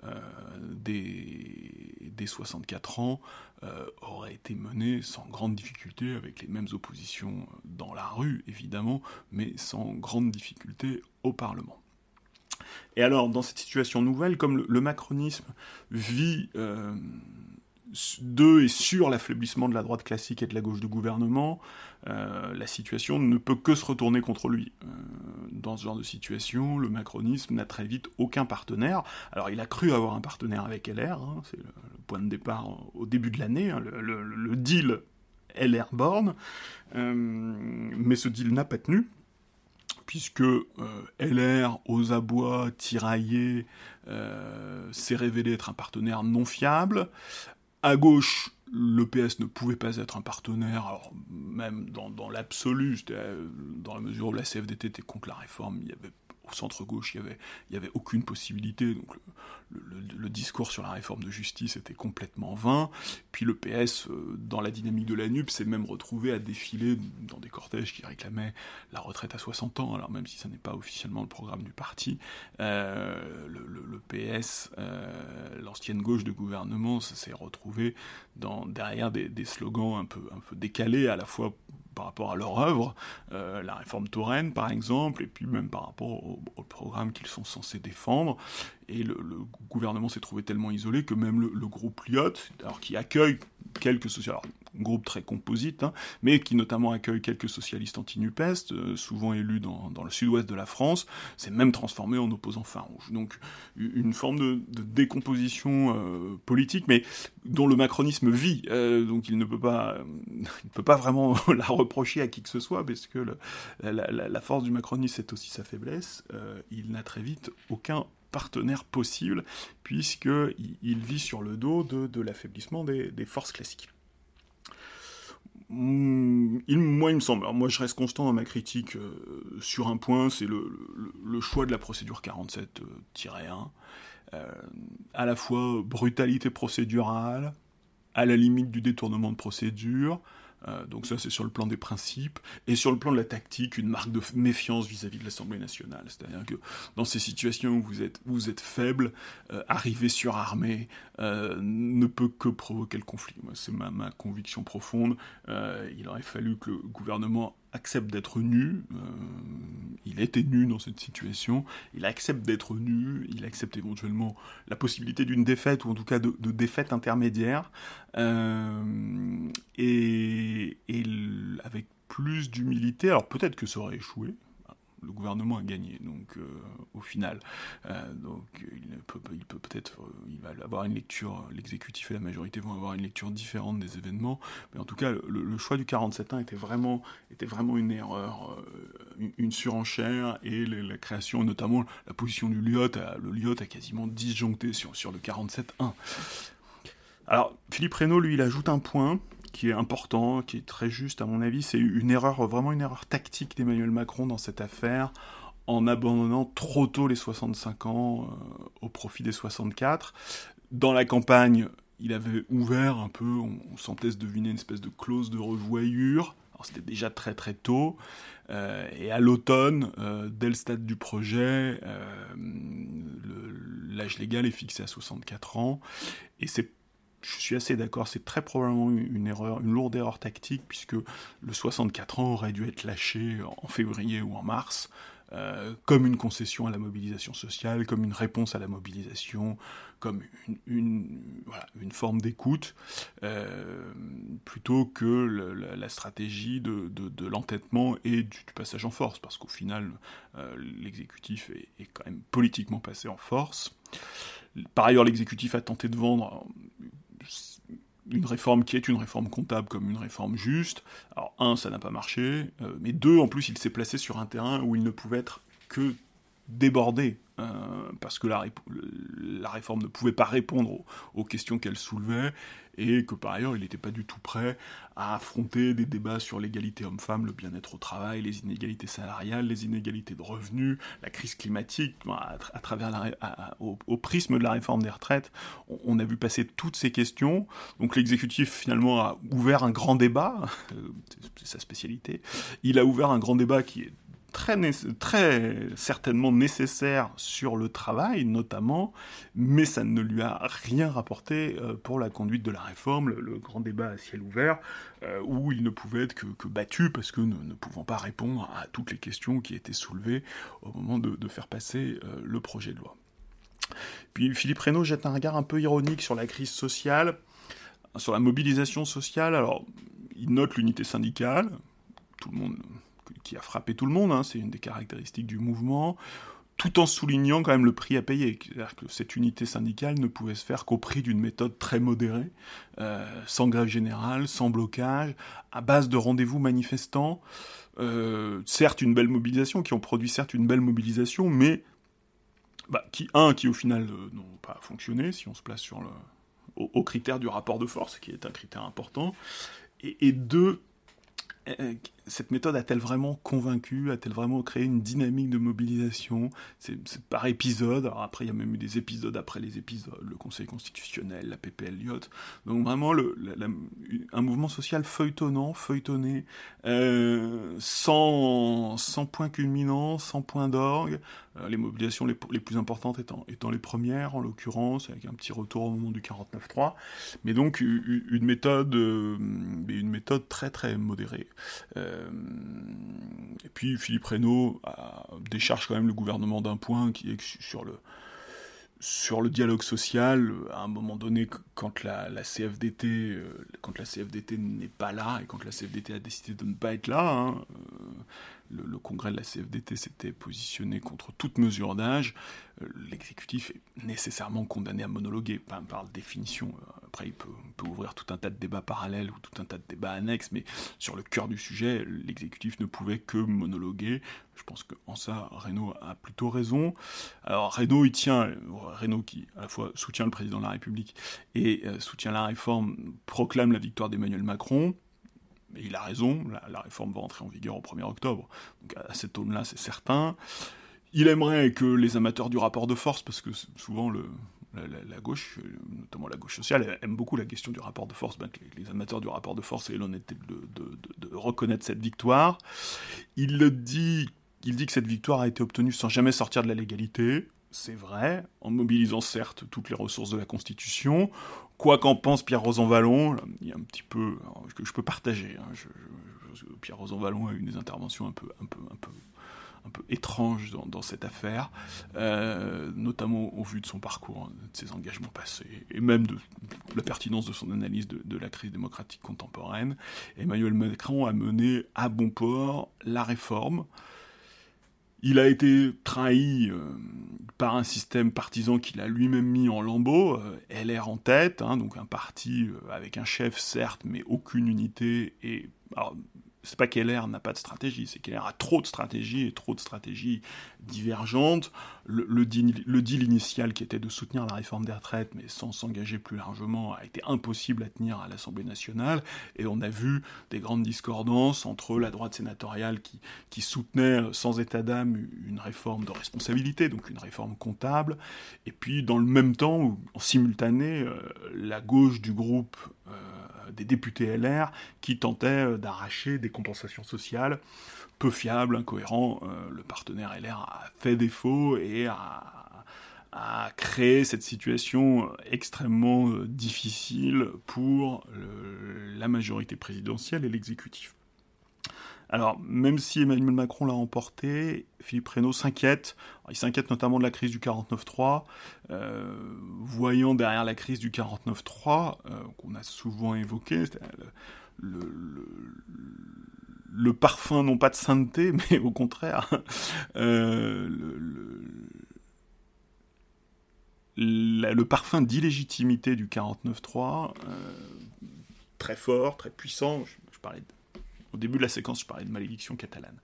des 64 ans aurait été menée sans grande difficulté, avec les mêmes oppositions dans la rue évidemment, mais sans grande difficulté au Parlement. Et alors, dans cette situation nouvelle, comme le macronisme vit et sur l'affaiblissement de la droite classique et de la gauche de gouvernement, la situation ne peut que se retourner contre lui. Dans ce genre de situation, le macronisme n'a très vite aucun partenaire. Alors il a cru avoir un partenaire avec LR, hein, c'est le point de départ au début de l'année, hein, le deal LR-Borne, mais ce deal n'a pas tenu, puisque LR, aux abois, tiraillé, s'est révélé être un partenaire non fiable. À gauche, le PS ne pouvait pas être un partenaire, alors même dans l'absolu, dans la mesure où la CFDT était contre la réforme, au centre-gauche, il y avait aucune possibilité, donc le discours sur la réforme de justice était complètement vain. Puis le PS, dans la dynamique de la NUP, s'est même retrouvé à défiler dans des cortèges qui réclamaient la retraite à 60 ans, alors même si ça n'est pas officiellement le programme du parti. Le PS, l'ancienne gauche de gouvernement, s'est retrouvé derrière des slogans un peu décalés, à la fois par rapport à leur œuvre, la réforme Touraine par exemple, et puis même par rapport au programme qu'ils sont censés défendre. Et le gouvernement s'est trouvé tellement isolé que même le groupe Lyot, alors qui accueille quelques socialistes, un groupe très composite, hein, mais qui notamment accueille quelques socialistes anti-NUPES, souvent élus dans le sud-ouest de la France, s'est même transformé en opposant farouche. Donc une forme de décomposition politique, mais dont le macronisme vit, donc il ne peut pas vraiment la reprocher à qui que ce soit, parce que la force du macronisme, c'est aussi sa faiblesse. Il n'a très vite aucun partenaire possible, puisqu'il vit sur le dos de l'affaiblissement des forces classiques. Moi, il me semble, alors moi je reste constant dans ma critique sur un point, c'est le choix de la procédure 47-1, à la fois brutalité procédurale, à la limite du détournement de procédure, donc ça c'est sur le plan des principes, et sur le plan de la tactique, une marque de méfiance vis-à-vis de l'Assemblée nationale. C'est-à-dire que dans ces situations où vous êtes faible, arriver surarmé ne peut que provoquer le conflit. Moi, c'est ma conviction profonde. Il aurait fallu que le gouvernement accepte d'être nu, il était nu dans cette situation, il accepte d'être nu, il accepte éventuellement la possibilité d'une défaite, ou en tout cas de défaite intermédiaire, et avec plus d'humilité, alors peut-être que ça aurait échoué, le gouvernement a gagné, donc au final. Donc il peut peut-être, il va avoir une lecture, l'exécutif et la majorité vont avoir une lecture différente des événements, mais en tout cas, le choix du 47.1 était vraiment une erreur, une surenchère, et la création, notamment la position du LIOT, le LIOT a quasiment disjoncté sur le 47.1. Alors, Philippe Reynaud, lui, il ajoute un point qui est important, qui est très juste à mon avis, c'est vraiment une erreur tactique d'Emmanuel Macron dans cette affaire, en abandonnant trop tôt les 65 ans au profit des 64. Dans la campagne, il avait ouvert un peu, on sentait se deviner une espèce de clause de revoyure. Alors c'était déjà très très tôt, et à l'automne, dès le stade du projet, l'âge légal est fixé à 64 ans, et je suis assez d'accord, c'est très probablement une lourde erreur tactique, puisque le 64 ans aurait dû être lâché en février ou en mars, comme une concession à la mobilisation sociale, comme une réponse à la mobilisation, comme une forme d'écoute, plutôt que la stratégie de l'entêtement et du passage en force, parce qu'au final, l'exécutif est quand même politiquement passé en force. Par ailleurs, l'exécutif a tenté de vendre une réforme qui est une réforme comptable comme une réforme juste. Alors, ça n'a pas marché, mais en plus, il s'est placé sur un terrain où il ne pouvait être que débordé, parce que la réforme ne pouvait pas répondre aux questions qu'elle soulevait, et que par ailleurs, il n'était pas du tout prêt à affronter des débats sur l'égalité homme-femme, le bien-être au travail, les inégalités salariales, les inégalités de revenus, la crise climatique, à travers au prisme de la réforme des retraites. On a vu passer toutes ces questions. Donc l'exécutif, finalement, a ouvert un grand débat, c'est sa spécialité. Il a ouvert un grand débat qui est très certainement nécessaire sur le travail, notamment, mais ça ne lui a rien rapporté pour la conduite de la réforme, le grand débat à ciel ouvert, où il ne pouvait être que battu, parce que ne pouvant pas répondre à toutes les questions qui étaient soulevées au moment de faire passer le projet de loi. Puis Philippe Reynaud jette un regard un peu ironique sur la crise sociale, sur la mobilisation sociale. Alors, il note l'unité syndicale, qui a frappé tout le monde, c'est une des caractéristiques du mouvement, tout en soulignant quand même le prix à payer. C'est-à-dire que cette unité syndicale ne pouvait se faire qu'au prix d'une méthode très modérée, sans grève générale, sans blocage, à base de rendez-vous manifestants, certes une belle mobilisation, qui ont produit certes une belle mobilisation, mais qui au final n'ont pas fonctionné, si on se place au critère du rapport de force, qui est un critère important, et deux, cette méthode a-t-elle vraiment convaincu, a-t-elle vraiment créé une dynamique de mobilisation ? C'est par épisode, alors après il y a même eu des épisodes après les épisodes, le Conseil constitutionnel, la PPL Lyot, donc vraiment un mouvement social feuilletonné, sans point culminant, sans point d'orgue, les mobilisations les plus importantes étant les premières, en l'occurrence, avec un petit retour au moment du 49.3, mais donc une méthode très très modérée. Et puis Philippe Reynaud décharge quand même le gouvernement d'un point qui est sur le dialogue social. À un moment donné, quand la CFDT n'est pas là, et quand la CFDT a décidé de ne pas être là, le congrès de la CFDT s'était positionné contre toute mesure d'âge, l'exécutif est nécessairement condamné à monologuer, par définition. Après, il peut ouvrir tout un tas de débats parallèles ou tout un tas de débats annexes, mais sur le cœur du sujet, l'exécutif ne pouvait que monologuer. Je pense qu'en ça, Reynaud a plutôt raison. Alors Reynaud qui à la fois soutient le président de la République et soutient la réforme, proclame la victoire d'Emmanuel Macron. Mais il a raison, la réforme va entrer en vigueur au 1er octobre. Donc à cette aune-là, c'est certain. Il aimerait que les amateurs du rapport de force, parce que souvent la gauche, notamment la gauche sociale, aime beaucoup la question du rapport de force, que les amateurs du rapport de force aient l'honnêteté de reconnaître cette victoire. Il dit que cette victoire a été obtenue sans jamais sortir de la légalité. C'est vrai, en mobilisant certes toutes les ressources de la Constitution, quoi qu'en pense Pierre Rosanvallon, il y a un petit peu que je peux partager. Pierre Rosanvallon a eu des interventions un peu étranges dans cette affaire, notamment au vu de son parcours, de ses engagements passés, et même de la pertinence de son analyse de la crise démocratique contemporaine. Emmanuel Macron a mené à bon port la réforme. Il a été trahi par un système partisan qu'il a lui-même mis en lambeaux, LR en tête, hein, donc un parti avec un chef certes, mais aucune unité. Et alors, c'est pas qu'LR n'a pas de stratégie, c'est qu'LR a trop de stratégies et trop de stratégies divergentes. Le deal initial qui était de soutenir la réforme des retraites, mais sans s'engager plus largement, a été impossible à tenir à l'Assemblée nationale. Et on a vu des grandes discordances entre la droite sénatoriale qui soutenait sans état d'âme une réforme de responsabilité, donc une réforme comptable, et puis dans le même temps, en simultané, la gauche du groupe des députés LR qui tentaient d'arracher des compensations sociales peu fiables, incohérents. Le partenaire LR a fait défaut et a créé cette situation extrêmement difficile pour la majorité présidentielle et l'exécutif. Alors, même si Emmanuel Macron l'a emporté, Philippe Reynaud s'inquiète. Il s'inquiète notamment de la crise du 49-3, voyant derrière la crise du 49-3, qu'on a souvent évoqué, le parfum, non pas de sainteté, mais au contraire, le parfum d'illégitimité du 49-3, très fort, très puissant. Je parlais au début de la séquence, je parlais de malédiction catalane.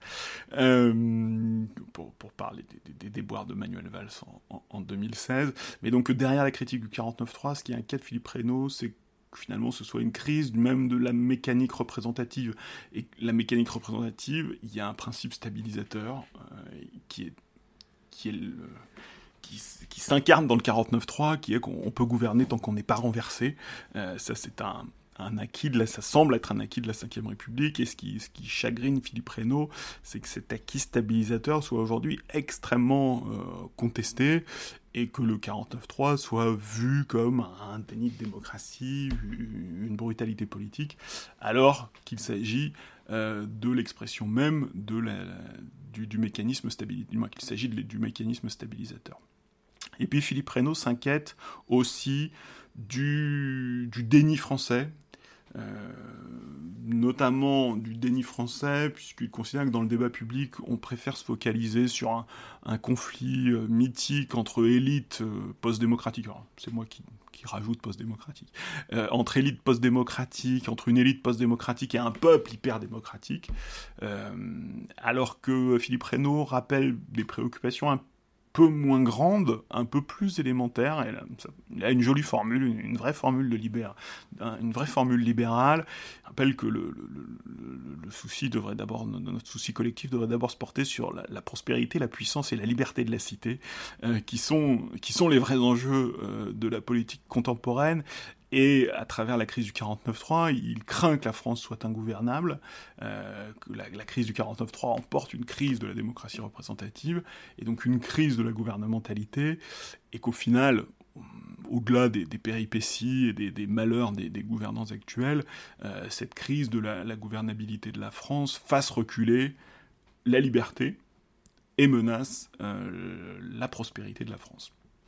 Pour parler des déboires de Manuel Valls en 2016. Mais donc derrière la critique du 49.3, ce qui inquiète Philippe Reynaud, c'est que finalement ce soit une crise même de la mécanique représentative. Et la mécanique représentative, il y a un principe stabilisateur qui s'incarne dans le 49.3, qui est qu'on peut gouverner tant qu'on n'est pas renversé. Ça, c'est un acquis ça semble être un acquis de la Ve République, et ce qui chagrine Philippe Reynaud, c'est que cet acquis stabilisateur soit aujourd'hui extrêmement contesté, et que le 49.3 soit vu comme un déni de démocratie, une brutalité politique, alors qu'il s'agit de l'expression même du mécanisme stabilisateur, qu'il s'agit du mécanisme stabilisateur. Et puis Philippe Reynaud s'inquiète aussi du déni français, notamment du déni français, puisqu'il considère que dans le débat public, on préfère se focaliser sur un conflit mythique entre élites post-démocratiques. Alors, c'est moi qui rajoute post-démocratique. Entre élites post-démocratiques, entre une élite post-démocratique et un peuple hyper-démocratique, alors que Philippe Reynaud rappelle des préoccupations un peu moins grande, un peu plus élémentaire. Il a une jolie formule, une vraie formule une vraie formule libérale. Il rappelle que le souci devrait d'abord, notre souci collectif devrait d'abord se porter sur la prospérité, la puissance et la liberté de la cité, qui sont les vrais enjeux de la politique contemporaine. Et à travers la crise du 49.3, il craint que la France soit ingouvernable, que la crise du 49.3 emporte une crise de la démocratie représentative, et donc une crise de la gouvernementalité, et qu'au final, au-delà des péripéties et des malheurs des gouvernants actuels, cette crise de la gouvernabilité de la France fasse reculer la liberté et menace la prospérité de la France.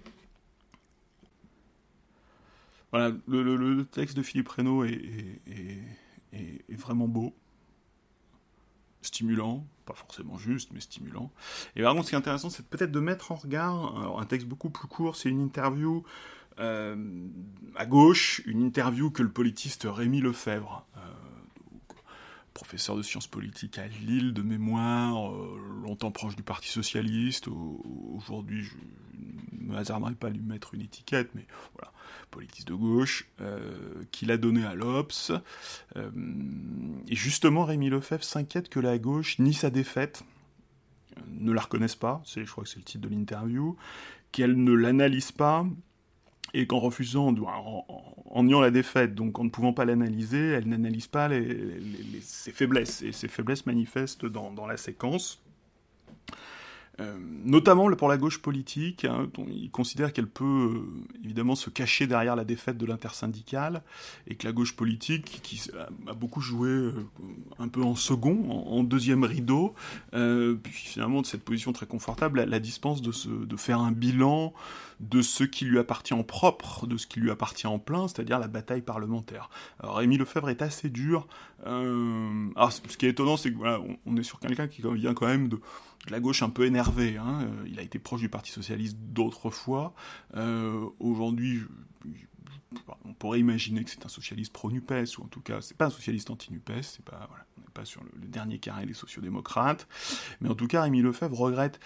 Voilà, le texte de Philippe Reynaud est vraiment beau, stimulant, pas forcément juste, mais stimulant. Et par contre, ce qui est intéressant, c'est peut-être de mettre en regard, alors un texte beaucoup plus court, c'est une interview à gauche, une interview que le politiste Rémi Lefebvre, professeur de sciences politiques à Lille de mémoire, longtemps proche du Parti Socialiste, aujourd'hui je ne me hasarderai pas à lui mettre une étiquette, mais voilà, politiste de gauche, qu'il a donné à l'Obs. Et justement, Rémi Lefebvre s'inquiète que la gauche nie sa défaite, ne la reconnaisse pas, je crois que c'est le titre de l'interview, qu'elle ne l'analyse pas, et qu'en refusant, en niant la défaite, donc en ne pouvant pas l'analyser, elle n'analyse pas ses faiblesses, et ses faiblesses manifestes dans la séquence. Notamment pour la gauche politique, hein, dont il considère qu'elle peut évidemment se cacher derrière la défaite de l'intersyndicale, et que la gauche politique, qui a beaucoup joué un peu en second, en deuxième rideau, puis finalement de cette position très confortable, la dispense de faire un bilan de ce qui lui appartient en propre, de ce qui lui appartient en plein, c'est-à-dire la bataille parlementaire. Alors Rémi Lefebvre est assez dur. Alors ce qui est étonnant, c'est que voilà, on est sur quelqu'un qui vient quand même de la gauche un peu énervée. Hein. Il a été proche du Parti socialiste d'autres fois. Aujourd'hui, on pourrait imaginer que c'est un socialiste pro-NUPES, ou en tout cas, c'est pas un socialiste anti-NUPES, c'est pas, voilà, on n'est pas sur le dernier carré des sociodémocrates. Mais en tout cas, Rémi Lefebvre regrette...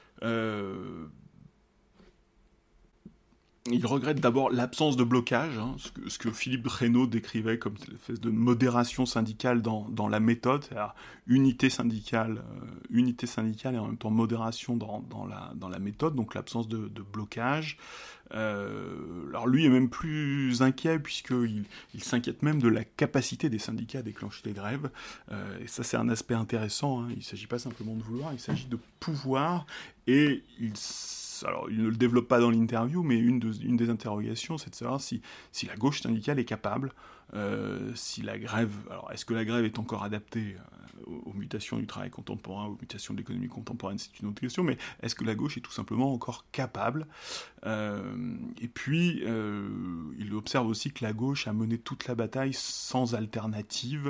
il regrette d'abord l'absence de blocage, hein, ce que Philippe Reynaud décrivait comme une espèce de modération syndicale dans la méthode, c'est-à-dire unité syndicale et en même temps modération dans la méthode, donc l'absence de blocage. Alors lui est même plus inquiet puisqu'il s'inquiète même de la capacité des syndicats à déclencher des grèves. Et ça c'est un aspect intéressant, hein. Il ne s'agit pas simplement de vouloir, il s'agit de pouvoir, et alors, il ne le développe pas dans l'interview, mais une des interrogations, c'est de savoir si la gauche syndicale est capable, si la grève... Alors, est-ce que la grève est encore adaptée aux mutations du travail contemporain, aux mutations de l'économie contemporaine, c'est une autre question, mais est-ce que la gauche est tout simplement encore capable Et puis, il observe aussi que la gauche a mené toute la bataille sans alternative,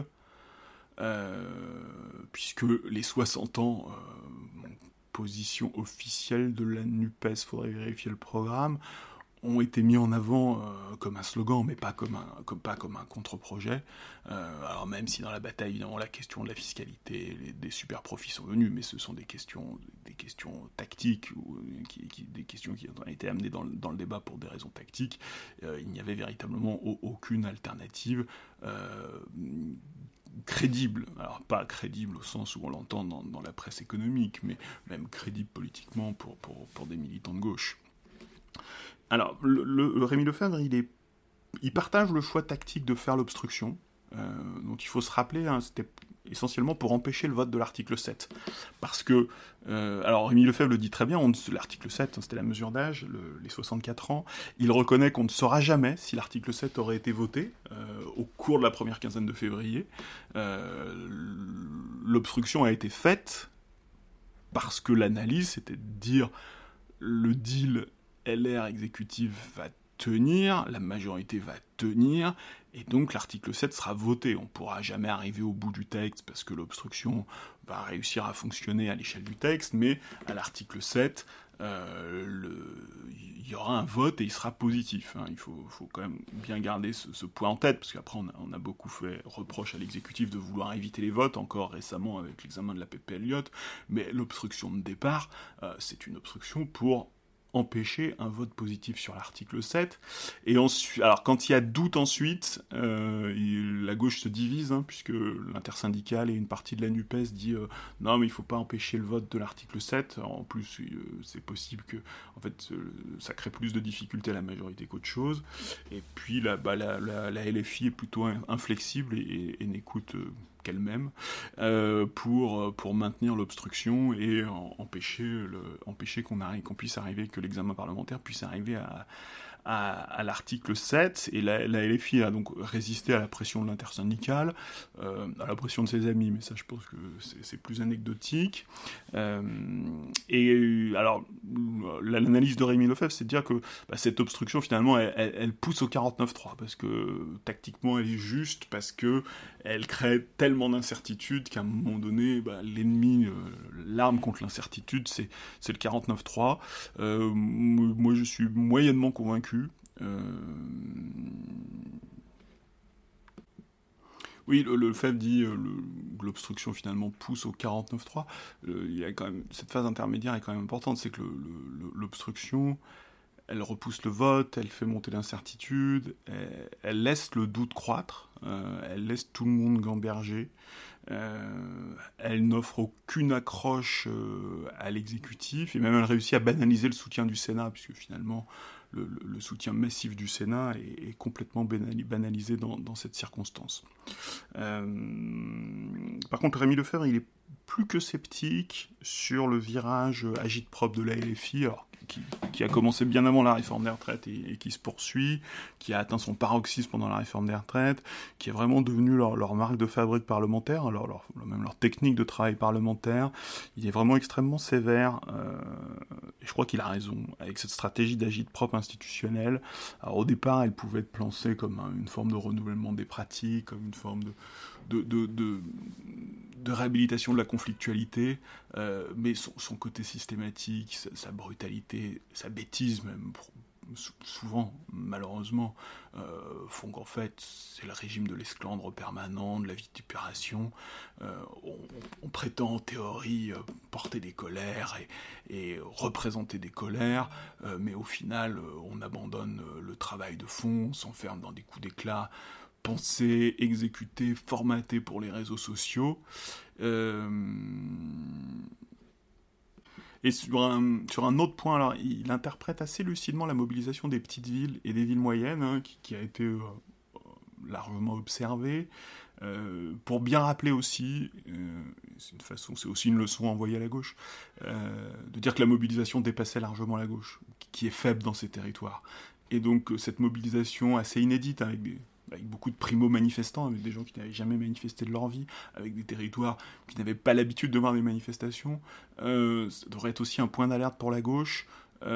puisque les 60 ans... position officielle de la NUPES, faudrait vérifier le programme, ont été mis en avant comme un slogan, mais pas comme un contre-projet. Alors même si dans la bataille, évidemment, la question de la fiscalité, des super profits sont venus, mais ce sont des questions tactiques, des questions qui ont été amenées dans le débat pour des raisons tactiques. Il n'y avait véritablement aucune alternative crédible, alors pas crédible au sens où on l'entend dans la presse économique, mais même crédible politiquement pour des militants de gauche. Alors, Rémi Lefebvre, il partage le choix tactique de faire l'obstruction, donc il faut se rappeler, hein, c'était essentiellement pour empêcher le vote de l'article 7. Parce que, alors Rémi Lefebvre le dit très bien, l'article 7, c'était la mesure d'âge, les 64 ans, il reconnaît qu'on ne saura jamais si l'article 7 aurait été voté au cours de la première quinzaine de février. L'obstruction a été faite parce que l'analyse, c'était de dire le deal LR exécutif va tenir, la majorité va tenir, et donc l'article 7 sera voté. On ne pourra jamais arriver au bout du texte parce que l'obstruction va réussir à fonctionner à l'échelle du texte, mais à l'article 7, il y aura un vote et il sera positif. Hein. Il faut quand même bien garder ce point en tête, parce qu'après on a beaucoup fait reproche à l'exécutif de vouloir éviter les votes, encore récemment avec l'examen de la PP Elliott, mais l'obstruction de départ, c'est une obstruction pour empêcher un vote positif sur l'article 7. Et ensuite, alors quand il y a doute ensuite, la gauche se divise, hein, puisque l'intersyndicale et une partie de la NUPES dit non mais il ne faut pas empêcher le vote de l'article 7. En plus, c'est possible que en fait, ça crée plus de difficultés à la majorité qu'autre chose. Et puis la LFI est plutôt inflexible et n'écoute qu'elle-même pour maintenir l'obstruction et empêcher qu'on puisse arriver, que l'examen parlementaire puisse arriver à l'article 7, et la LFI a donc résisté à la pression de l'intersyndicale, à la pression de ses amis, mais ça je pense que c'est plus anecdotique. Et alors, l'analyse de Rémi Lefebvre, c'est de dire que cette obstruction finalement elle pousse au 49-3, parce que tactiquement elle est juste, parce que elle crée tellement d'incertitudes qu'à un moment donné, l'ennemi, l'arme contre l'incertitude, c'est le 49-3. Moi je suis moyennement convaincu. Oui, le Febvre dit l'obstruction finalement pousse au 49-3. Il y a quand même, cette phase intermédiaire est quand même importante, c'est que l'obstruction, elle repousse le vote, elle fait monter l'incertitude, elle laisse le doute croître, elle laisse tout le monde gamberger, elle n'offre aucune accroche à l'exécutif, et même elle réussit à banaliser le soutien du Sénat, puisque finalement le soutien massif du Sénat est complètement banalisé dans cette circonstance. Par contre, Rémi Lefebvre, il est plus que sceptique sur le virage agite-prop de la LFI, alors, qui a commencé bien avant la réforme des retraites et qui se poursuit, qui a atteint son paroxysme pendant la réforme des retraites, qui est vraiment devenu leur marque de fabrique parlementaire, même leur technique de travail parlementaire. Il est vraiment extrêmement sévère, et je crois qu'il a raison, avec cette stratégie d'agite-prop institutionnelle. Alors au départ, elle pouvait être pensée comme une forme de renouvellement des pratiques, comme une forme de réhabilitation de la conflictualité, mais son côté systématique, sa brutalité, sa bêtise même, souvent, malheureusement, font qu'en fait, c'est le régime de l'esclandre permanent, de la vitupération. On prétend en théorie porter des colères et représenter des colères, mais au final, on abandonne le travail de fond, on s'enferme dans des coups d'éclat pensés, exécutés, formatés pour les réseaux sociaux. Et sur un autre point, alors, il interprète assez lucidement la mobilisation des petites villes et des villes moyennes, hein, qui a été largement observée, pour bien rappeler aussi, c'est aussi une leçon envoyée à la gauche, de dire que la mobilisation dépassait largement la gauche, qui est faible dans ces territoires. Et donc cette mobilisation assez inédite, avec beaucoup de primo-manifestants, avec des gens qui n'avaient jamais manifesté de leur vie, avec des territoires qui n'avaient pas l'habitude de voir des manifestations, ça devrait être aussi un point d'alerte pour la gauche,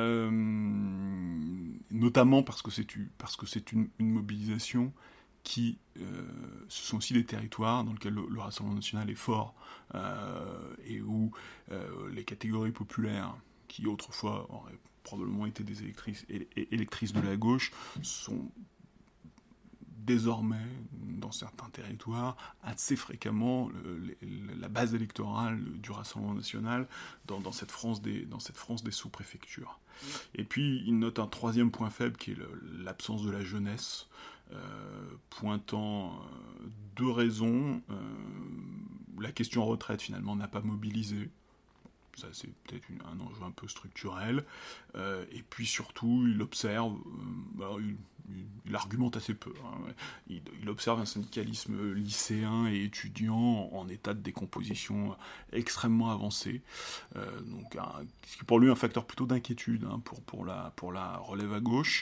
notamment parce que c'est une mobilisation qui, ce sont aussi des territoires dans lesquels le Rassemblement national est fort, et où les catégories populaires, qui autrefois auraient probablement été des électrices de la gauche, sont désormais, dans certains territoires, assez fréquemment la base électorale du Rassemblement national dans cette France des sous-préfectures. Et puis, il note un troisième point faible qui est l'absence de la jeunesse, pointant deux raisons. La question retraite, finalement, n'a pas mobilisé. Ça, c'est peut-être un enjeu un peu structurel. Et puis surtout, il observe, il argumente assez peu. Hein. Il observe un syndicalisme lycéen et étudiant en état de décomposition extrêmement avancé. Donc, ce qui est pour lui un facteur plutôt d'inquiétude, hein, pour la relève à gauche.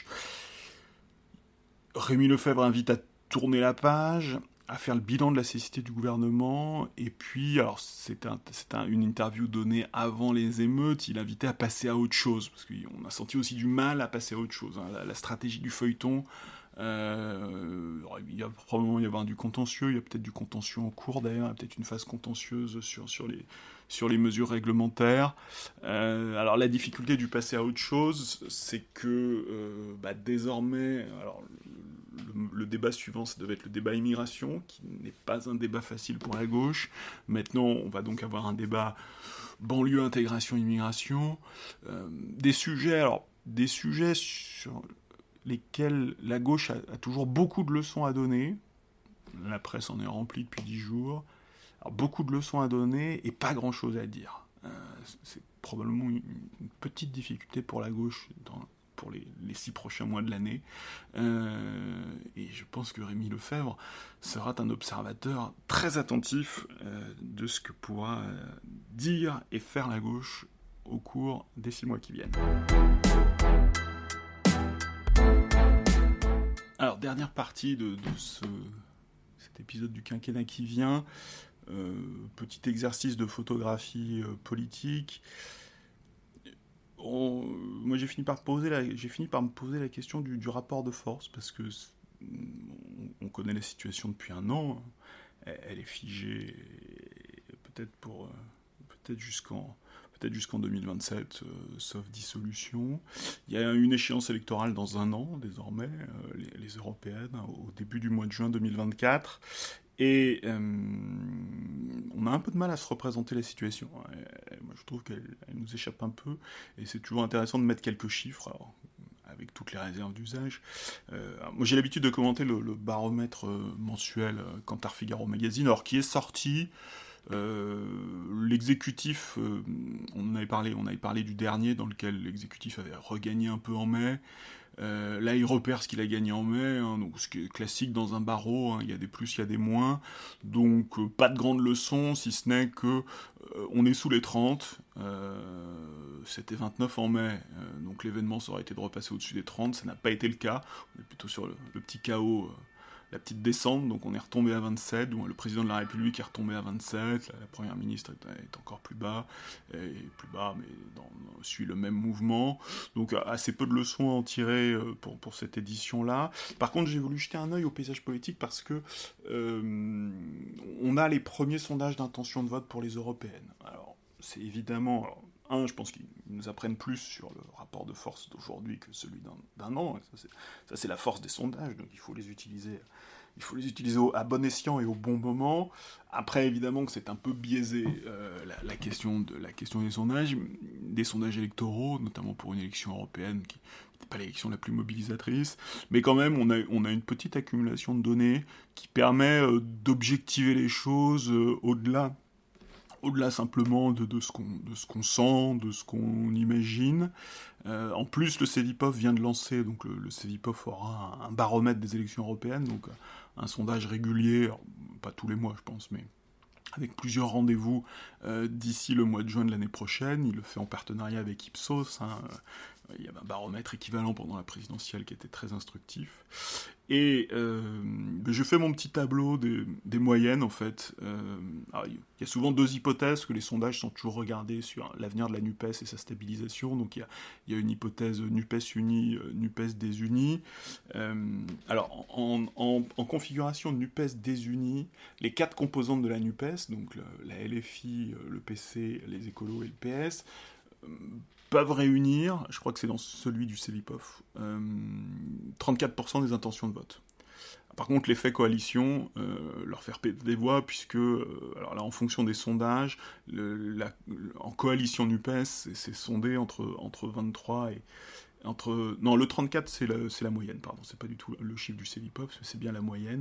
Rémi Lefebvre invite à tourner la page, à faire le bilan de la cécité du gouvernement, et puis, alors c'est une interview donnée avant les émeutes, il invitait à passer à autre chose, parce qu'on a senti aussi du mal à passer à autre chose, hein. La stratégie du feuilleton, il va probablement y avoir du contentieux, il y a peut-être du contentieux en cours d'ailleurs, il y a peut-être une phase contentieuse sur les mesures réglementaires. Alors la difficulté du passer à autre chose, c'est que désormais, alors le débat suivant, ça devait être le débat immigration, qui n'est pas un débat facile pour la gauche. Maintenant, on va donc avoir un débat banlieue, intégration, immigration. Des sujets sur lesquels la gauche a toujours beaucoup de leçons à donner. La presse en est remplie depuis 10 jours. Alors, beaucoup de leçons à donner et pas grand-chose à dire. C'est probablement une petite difficulté pour la gauche pour les 6 prochains mois de l'année. Et je pense que Rémi Lefebvre sera un observateur très attentif de ce que pourra dire et faire la gauche au cours des 6 mois qui viennent. Alors, dernière partie de cet épisode du quinquennat qui vient. Petit exercice de photographie politique. Moi, j'ai fini par me poser la question du rapport de force, parce que on connaît la situation depuis un an. Elle est figée, peut-être jusqu'en 2027, sauf dissolution. Il y a une échéance électorale dans un an, désormais, les européennes, au début du mois de juin 2024. Et on a un peu de mal à se représenter la situation. Moi, je trouve qu'elle nous échappe un peu, et c'est toujours intéressant de mettre quelques chiffres, alors, avec toutes les réserves d'usage. Moi, j'ai l'habitude de commenter le baromètre mensuel Kantar Figaro Magazine, alors qui est sorti. L'exécutif, on avait parlé du dernier, dans lequel l'exécutif avait regagné un peu en mai. Là, il repère ce qu'il a gagné en mai, hein, donc ce qui est classique dans un barreau, hein, il y a des plus, il y a des moins, donc pas de grande leçon, si ce n'est que on est sous les 30, c'était 29 en mai, donc l'événement ça aurait été de repasser au-dessus des 30, ça n'a pas été le cas, on est plutôt sur le petit chaos la petite descente, donc on est retombé à 27, le président de la République est retombé à 27, la première ministre est encore plus bas, mais suit le même mouvement, donc assez peu de leçons à en tirer pour cette édition-là. Par contre, j'ai voulu jeter un œil au paysage politique parce que on a les premiers sondages d'intention de vote pour les européennes. Alors, c'est évidemment... je pense qu'ils nous apprennent plus sur le rapport de force d'aujourd'hui que celui d'un an. Ça, c'est la force des sondages, donc il faut les utiliser à bon escient et au bon moment. Après, évidemment que c'est un peu biaisé la question des sondages électoraux, notamment pour une élection européenne qui n'est pas l'élection la plus mobilisatrice. Mais quand même, on a une petite accumulation de données qui permet d'objectiver les choses au-delà simplement de ce qu'on sent, de ce qu'on imagine. En plus, le Cevipof vient de lancer, donc le Cevipof aura un baromètre des élections européennes, donc un sondage régulier, alors, pas tous les mois je pense, mais avec plusieurs rendez-vous d'ici le mois de juin de l'année prochaine. Il le fait en partenariat avec Ipsos. Il y avait un baromètre équivalent pendant la présidentielle qui était très instructif. Et je fais mon petit tableau des moyennes, en fait. Il y a souvent deux hypothèses, que les sondages sont toujours regardés sur l'avenir de la NUPES et sa stabilisation. Donc il y a une hypothèse NUPES unie, NUPES désunie. Alors, en configuration de NUPES désunie, les quatre composantes de la NUPES, donc la LFI, le PC, les écolos et le PS, peuvent réunir, je crois que c'est dans celui du Cevipof, 34% des intentions de vote. Par contre, l'effet coalition leur fait perdre des voix, puisque, alors là, en fonction des sondages, en coalition NUPES, c'est sondé entre 23 et... Non, le 34, c'est la moyenne, pardon, c'est pas du tout le chiffre du Cevipof, c'est bien la moyenne.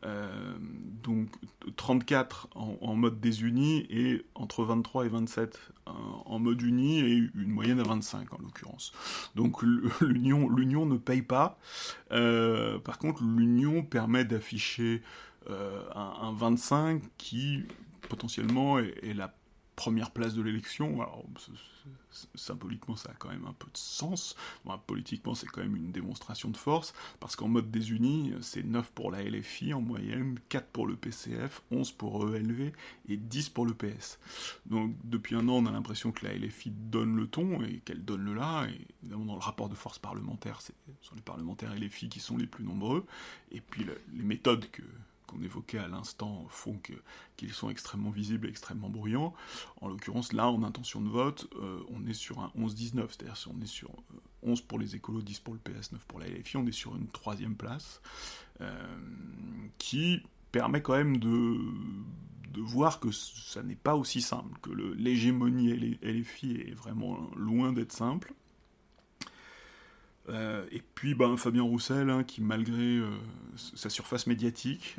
Donc 34 en mode désuni, et entre 23 et 27 en mode uni, et une moyenne à 25 en l'occurrence. Donc l'union ne paye pas. Par contre, l'union permet d'afficher un 25 qui potentiellement est la première place de l'élection. Alors, symboliquement, ça a quand même un peu de sens. Politiquement, c'est quand même une démonstration de force, parce qu'en mode désuni, c'est 9 pour la LFI en moyenne, 4 pour le PCF, 11 pour ELV et 10 pour le PS. Donc, depuis un an, on a l'impression que la LFI donne le ton, et qu'elle donne le là, et évidemment, dans le rapport de force parlementaire, ce sont les parlementaires LFI qui sont les plus nombreux, et puis les méthodes qu'on évoquait à l'instant font qu'ils sont extrêmement visibles et extrêmement bruyants. En l'occurrence, là, en intention de vote, on est sur un 11-19, c'est-à-dire si on est sur 11 pour les écolos, 10 pour le PS, 9 pour la LFI, on est sur une troisième place, qui permet quand même de voir que ça n'est pas aussi simple, que l'hégémonie LFI est vraiment loin d'être simple. Et puis Fabien Roussel, qui malgré sa surface médiatique,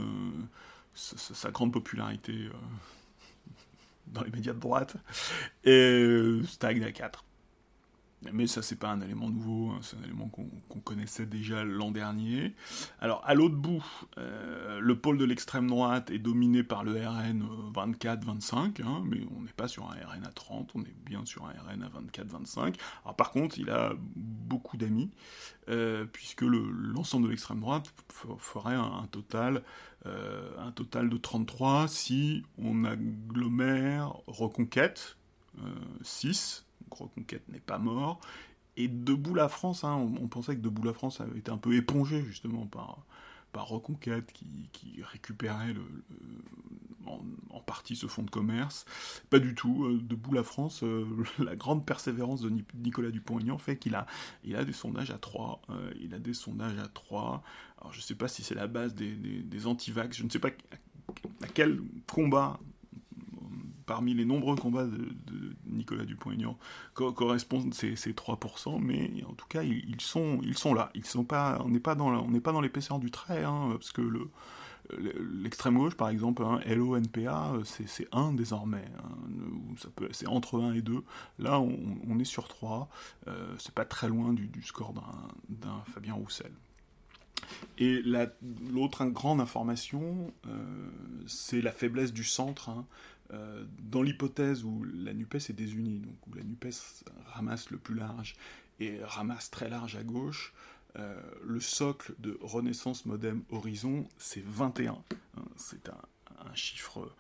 sa grande popularité dans les médias de droite, stagne à 4. Mais ça, c'est pas un élément nouveau, c'est un élément qu'on connaissait déjà l'an dernier. Alors, à l'autre bout, le pôle de l'extrême droite est dominé par le RN 24-25, mais on n'est pas sur un RN à 30, on est bien sur un RN à 24-25. Alors, par contre, il a beaucoup d'amis, puisque l'ensemble de l'extrême droite ferait un total de 33 si on agglomère Reconquête, 6, Reconquête n'est pas mort, et Debout la France, on pensait que Debout la France avait été un peu épongé justement par Reconquête qui récupérait en partie ce fonds de commerce. Pas du tout. Debout la France, la grande persévérance de Nicolas Dupont-Aignan fait qu'il a des sondages à 3. Il a des sondages à 3. Alors je ne sais pas si c'est la base des anti-vax, je ne sais pas à quel combat parmi les nombreux combats de Nicolas Dupont-Aignan correspondent ces 3%, mais en tout cas, ils sont là. On n'est pas dans l'épaisseur du trait, parce que l'extrême gauche, par exemple, LO-NPA, c'est 1 désormais. C'est entre 1 et 2. Là, on est sur 3. C'est pas très loin du score d'un Fabien Roussel. Et l'autre grande information, c'est la faiblesse du centre, dans l'hypothèse où la NUPES est désunie, donc où la NUPES ramasse le plus large et ramasse très large à gauche. Le socle de Renaissance Modem Horizon, c'est 21. Hein, c'est un chiffre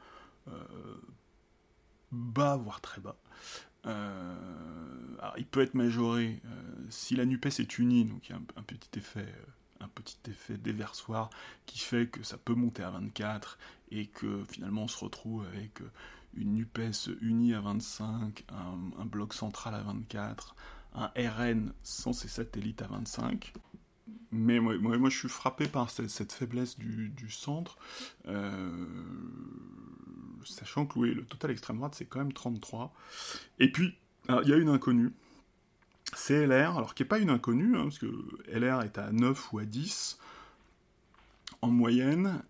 bas, voire très bas. Alors, il peut être majoré si la NUPES est unie, donc il y a un petit effet déversoir qui fait que ça peut monter à 24 et que finalement on se retrouve avec une NUPES unie à 25, un bloc central à 24, un RN sans ses satellites à 25. Mais moi, je suis frappé par cette faiblesse du centre, sachant que oui, le total extrême droite, c'est quand même 33. Et puis, il y a une inconnue, c'est LR, alors qui n'est pas une inconnue, hein, parce que LR est à 9 ou à 10 en moyenne,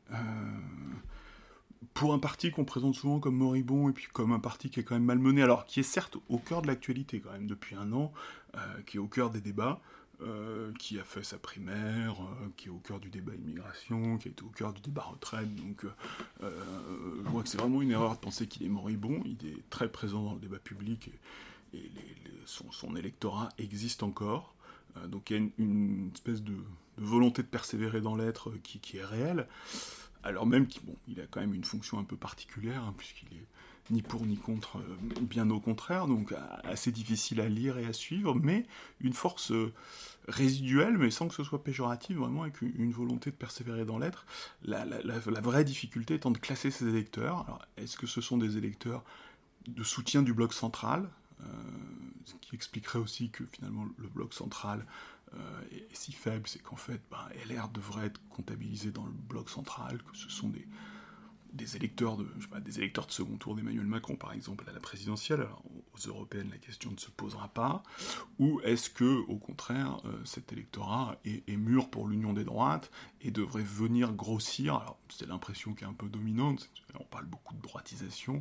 pour un parti qu'on présente souvent comme moribond, et puis comme un parti qui est quand même malmené, alors qui est certes au cœur de l'actualité quand même depuis un an, qui est au cœur des débats, qui a fait sa primaire, qui est au cœur du débat immigration, qui a été au cœur du débat retraite, donc je vois que c'est vraiment une erreur de penser qu'il est moribond, il est très présent dans le débat public, et son électorat existe encore, donc il y a une espèce de volonté de persévérer dans l'être qui est réelle, alors même qu'il a quand même une fonction un peu particulière, hein, puisqu'il est ni pour ni contre, bien au contraire, donc assez difficile à lire et à suivre, mais une force résiduelle, mais sans que ce soit péjoratif, vraiment avec une volonté de persévérer dans l'être. La vraie difficulté étant de classer ces électeurs. Alors, est-ce que ce sont des électeurs de soutien du bloc central, ce qui expliquerait aussi que finalement le bloc central est si faible, c'est qu'en fait LR devrait être comptabilisé dans le bloc central, que ce sont des électeurs des électeurs de second tour d'Emmanuel Macron, par exemple, à la présidentielle. Alors, aux européennes, la question ne se posera pas. Ou est-ce que, au contraire, cet électorat est mûr pour l'union des droites et devrait venir grossir? Alors, c'est l'impression qui est un peu dominante. On parle beaucoup de droitisation.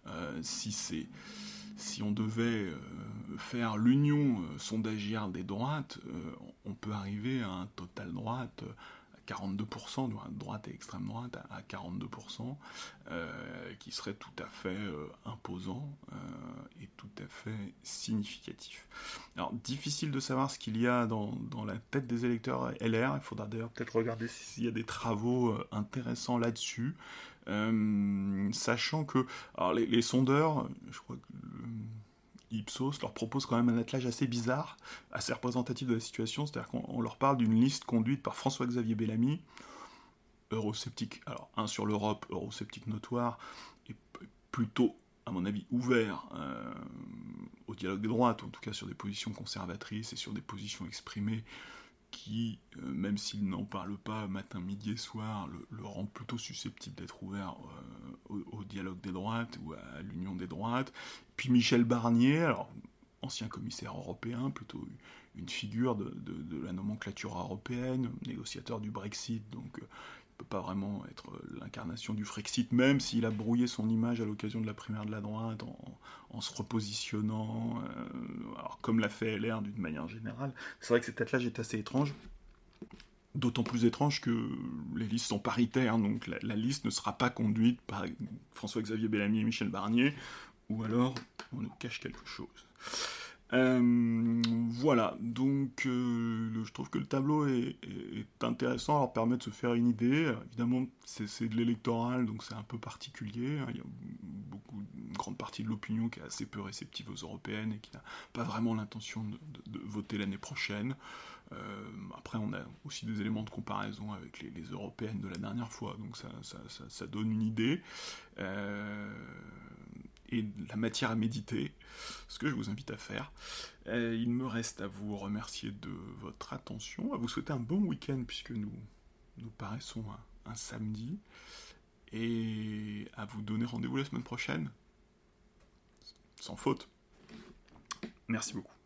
Si on devait faire l'union sondagière des droites, on peut arriver à un total droite 42%, droite et extrême droite à 42%, qui serait tout à fait imposant et tout à fait significatif. Alors, difficile de savoir ce qu'il y a dans la tête des électeurs LR, il faudra d'ailleurs peut-être regarder s'il y a des travaux intéressants là-dessus, sachant que alors les sondeurs, je crois que Ipsos leur propose quand même un attelage assez bizarre, assez représentatif de la situation, c'est-à-dire qu'on leur parle d'une liste conduite par François-Xavier Bellamy, eurosceptique, alors un sur l'Europe, eurosceptique notoire, et plutôt, à mon avis, ouvert au dialogue des droites, ou en tout cas sur des positions conservatrices et sur des positions exprimées qui, même s'il n'en parle pas matin, midi et soir, le rend plutôt susceptible d'être ouvert au dialogue des droites ou à l'union des droites. Puis Michel Barnier, alors ancien commissaire européen, plutôt une figure de la nomenclature européenne, négociateur du Brexit, donc il ne peut pas vraiment être l'incarnation du Frexit, même s'il a brouillé son image à l'occasion de la primaire de la droite en se repositionnant, alors comme l'a fait LR d'une manière générale. C'est vrai que cet attelage est assez étrange, d'autant plus étrange que les listes sont paritaires, donc la liste ne sera pas conduite par François-Xavier Bellamy et Michel Barnier, ou alors on nous cache quelque chose. Voilà, donc je trouve que le tableau est intéressant, alors permet de se faire une idée. Alors, évidemment, c'est de l'électoral, donc c'est un peu particulier. Hein. Il y a une grande partie de l'opinion qui est assez peu réceptive aux européennes et qui n'a pas vraiment l'intention de voter l'année prochaine. Après, on a aussi des éléments de comparaison avec les européennes de la dernière fois, donc ça donne une idée. Et de la matière à méditer, ce que je vous invite à faire. Il me reste à vous remercier de votre attention, à vous souhaiter un bon week-end puisque nous paraissons un samedi, et à vous donner rendez-vous la semaine prochaine, sans faute. Merci beaucoup.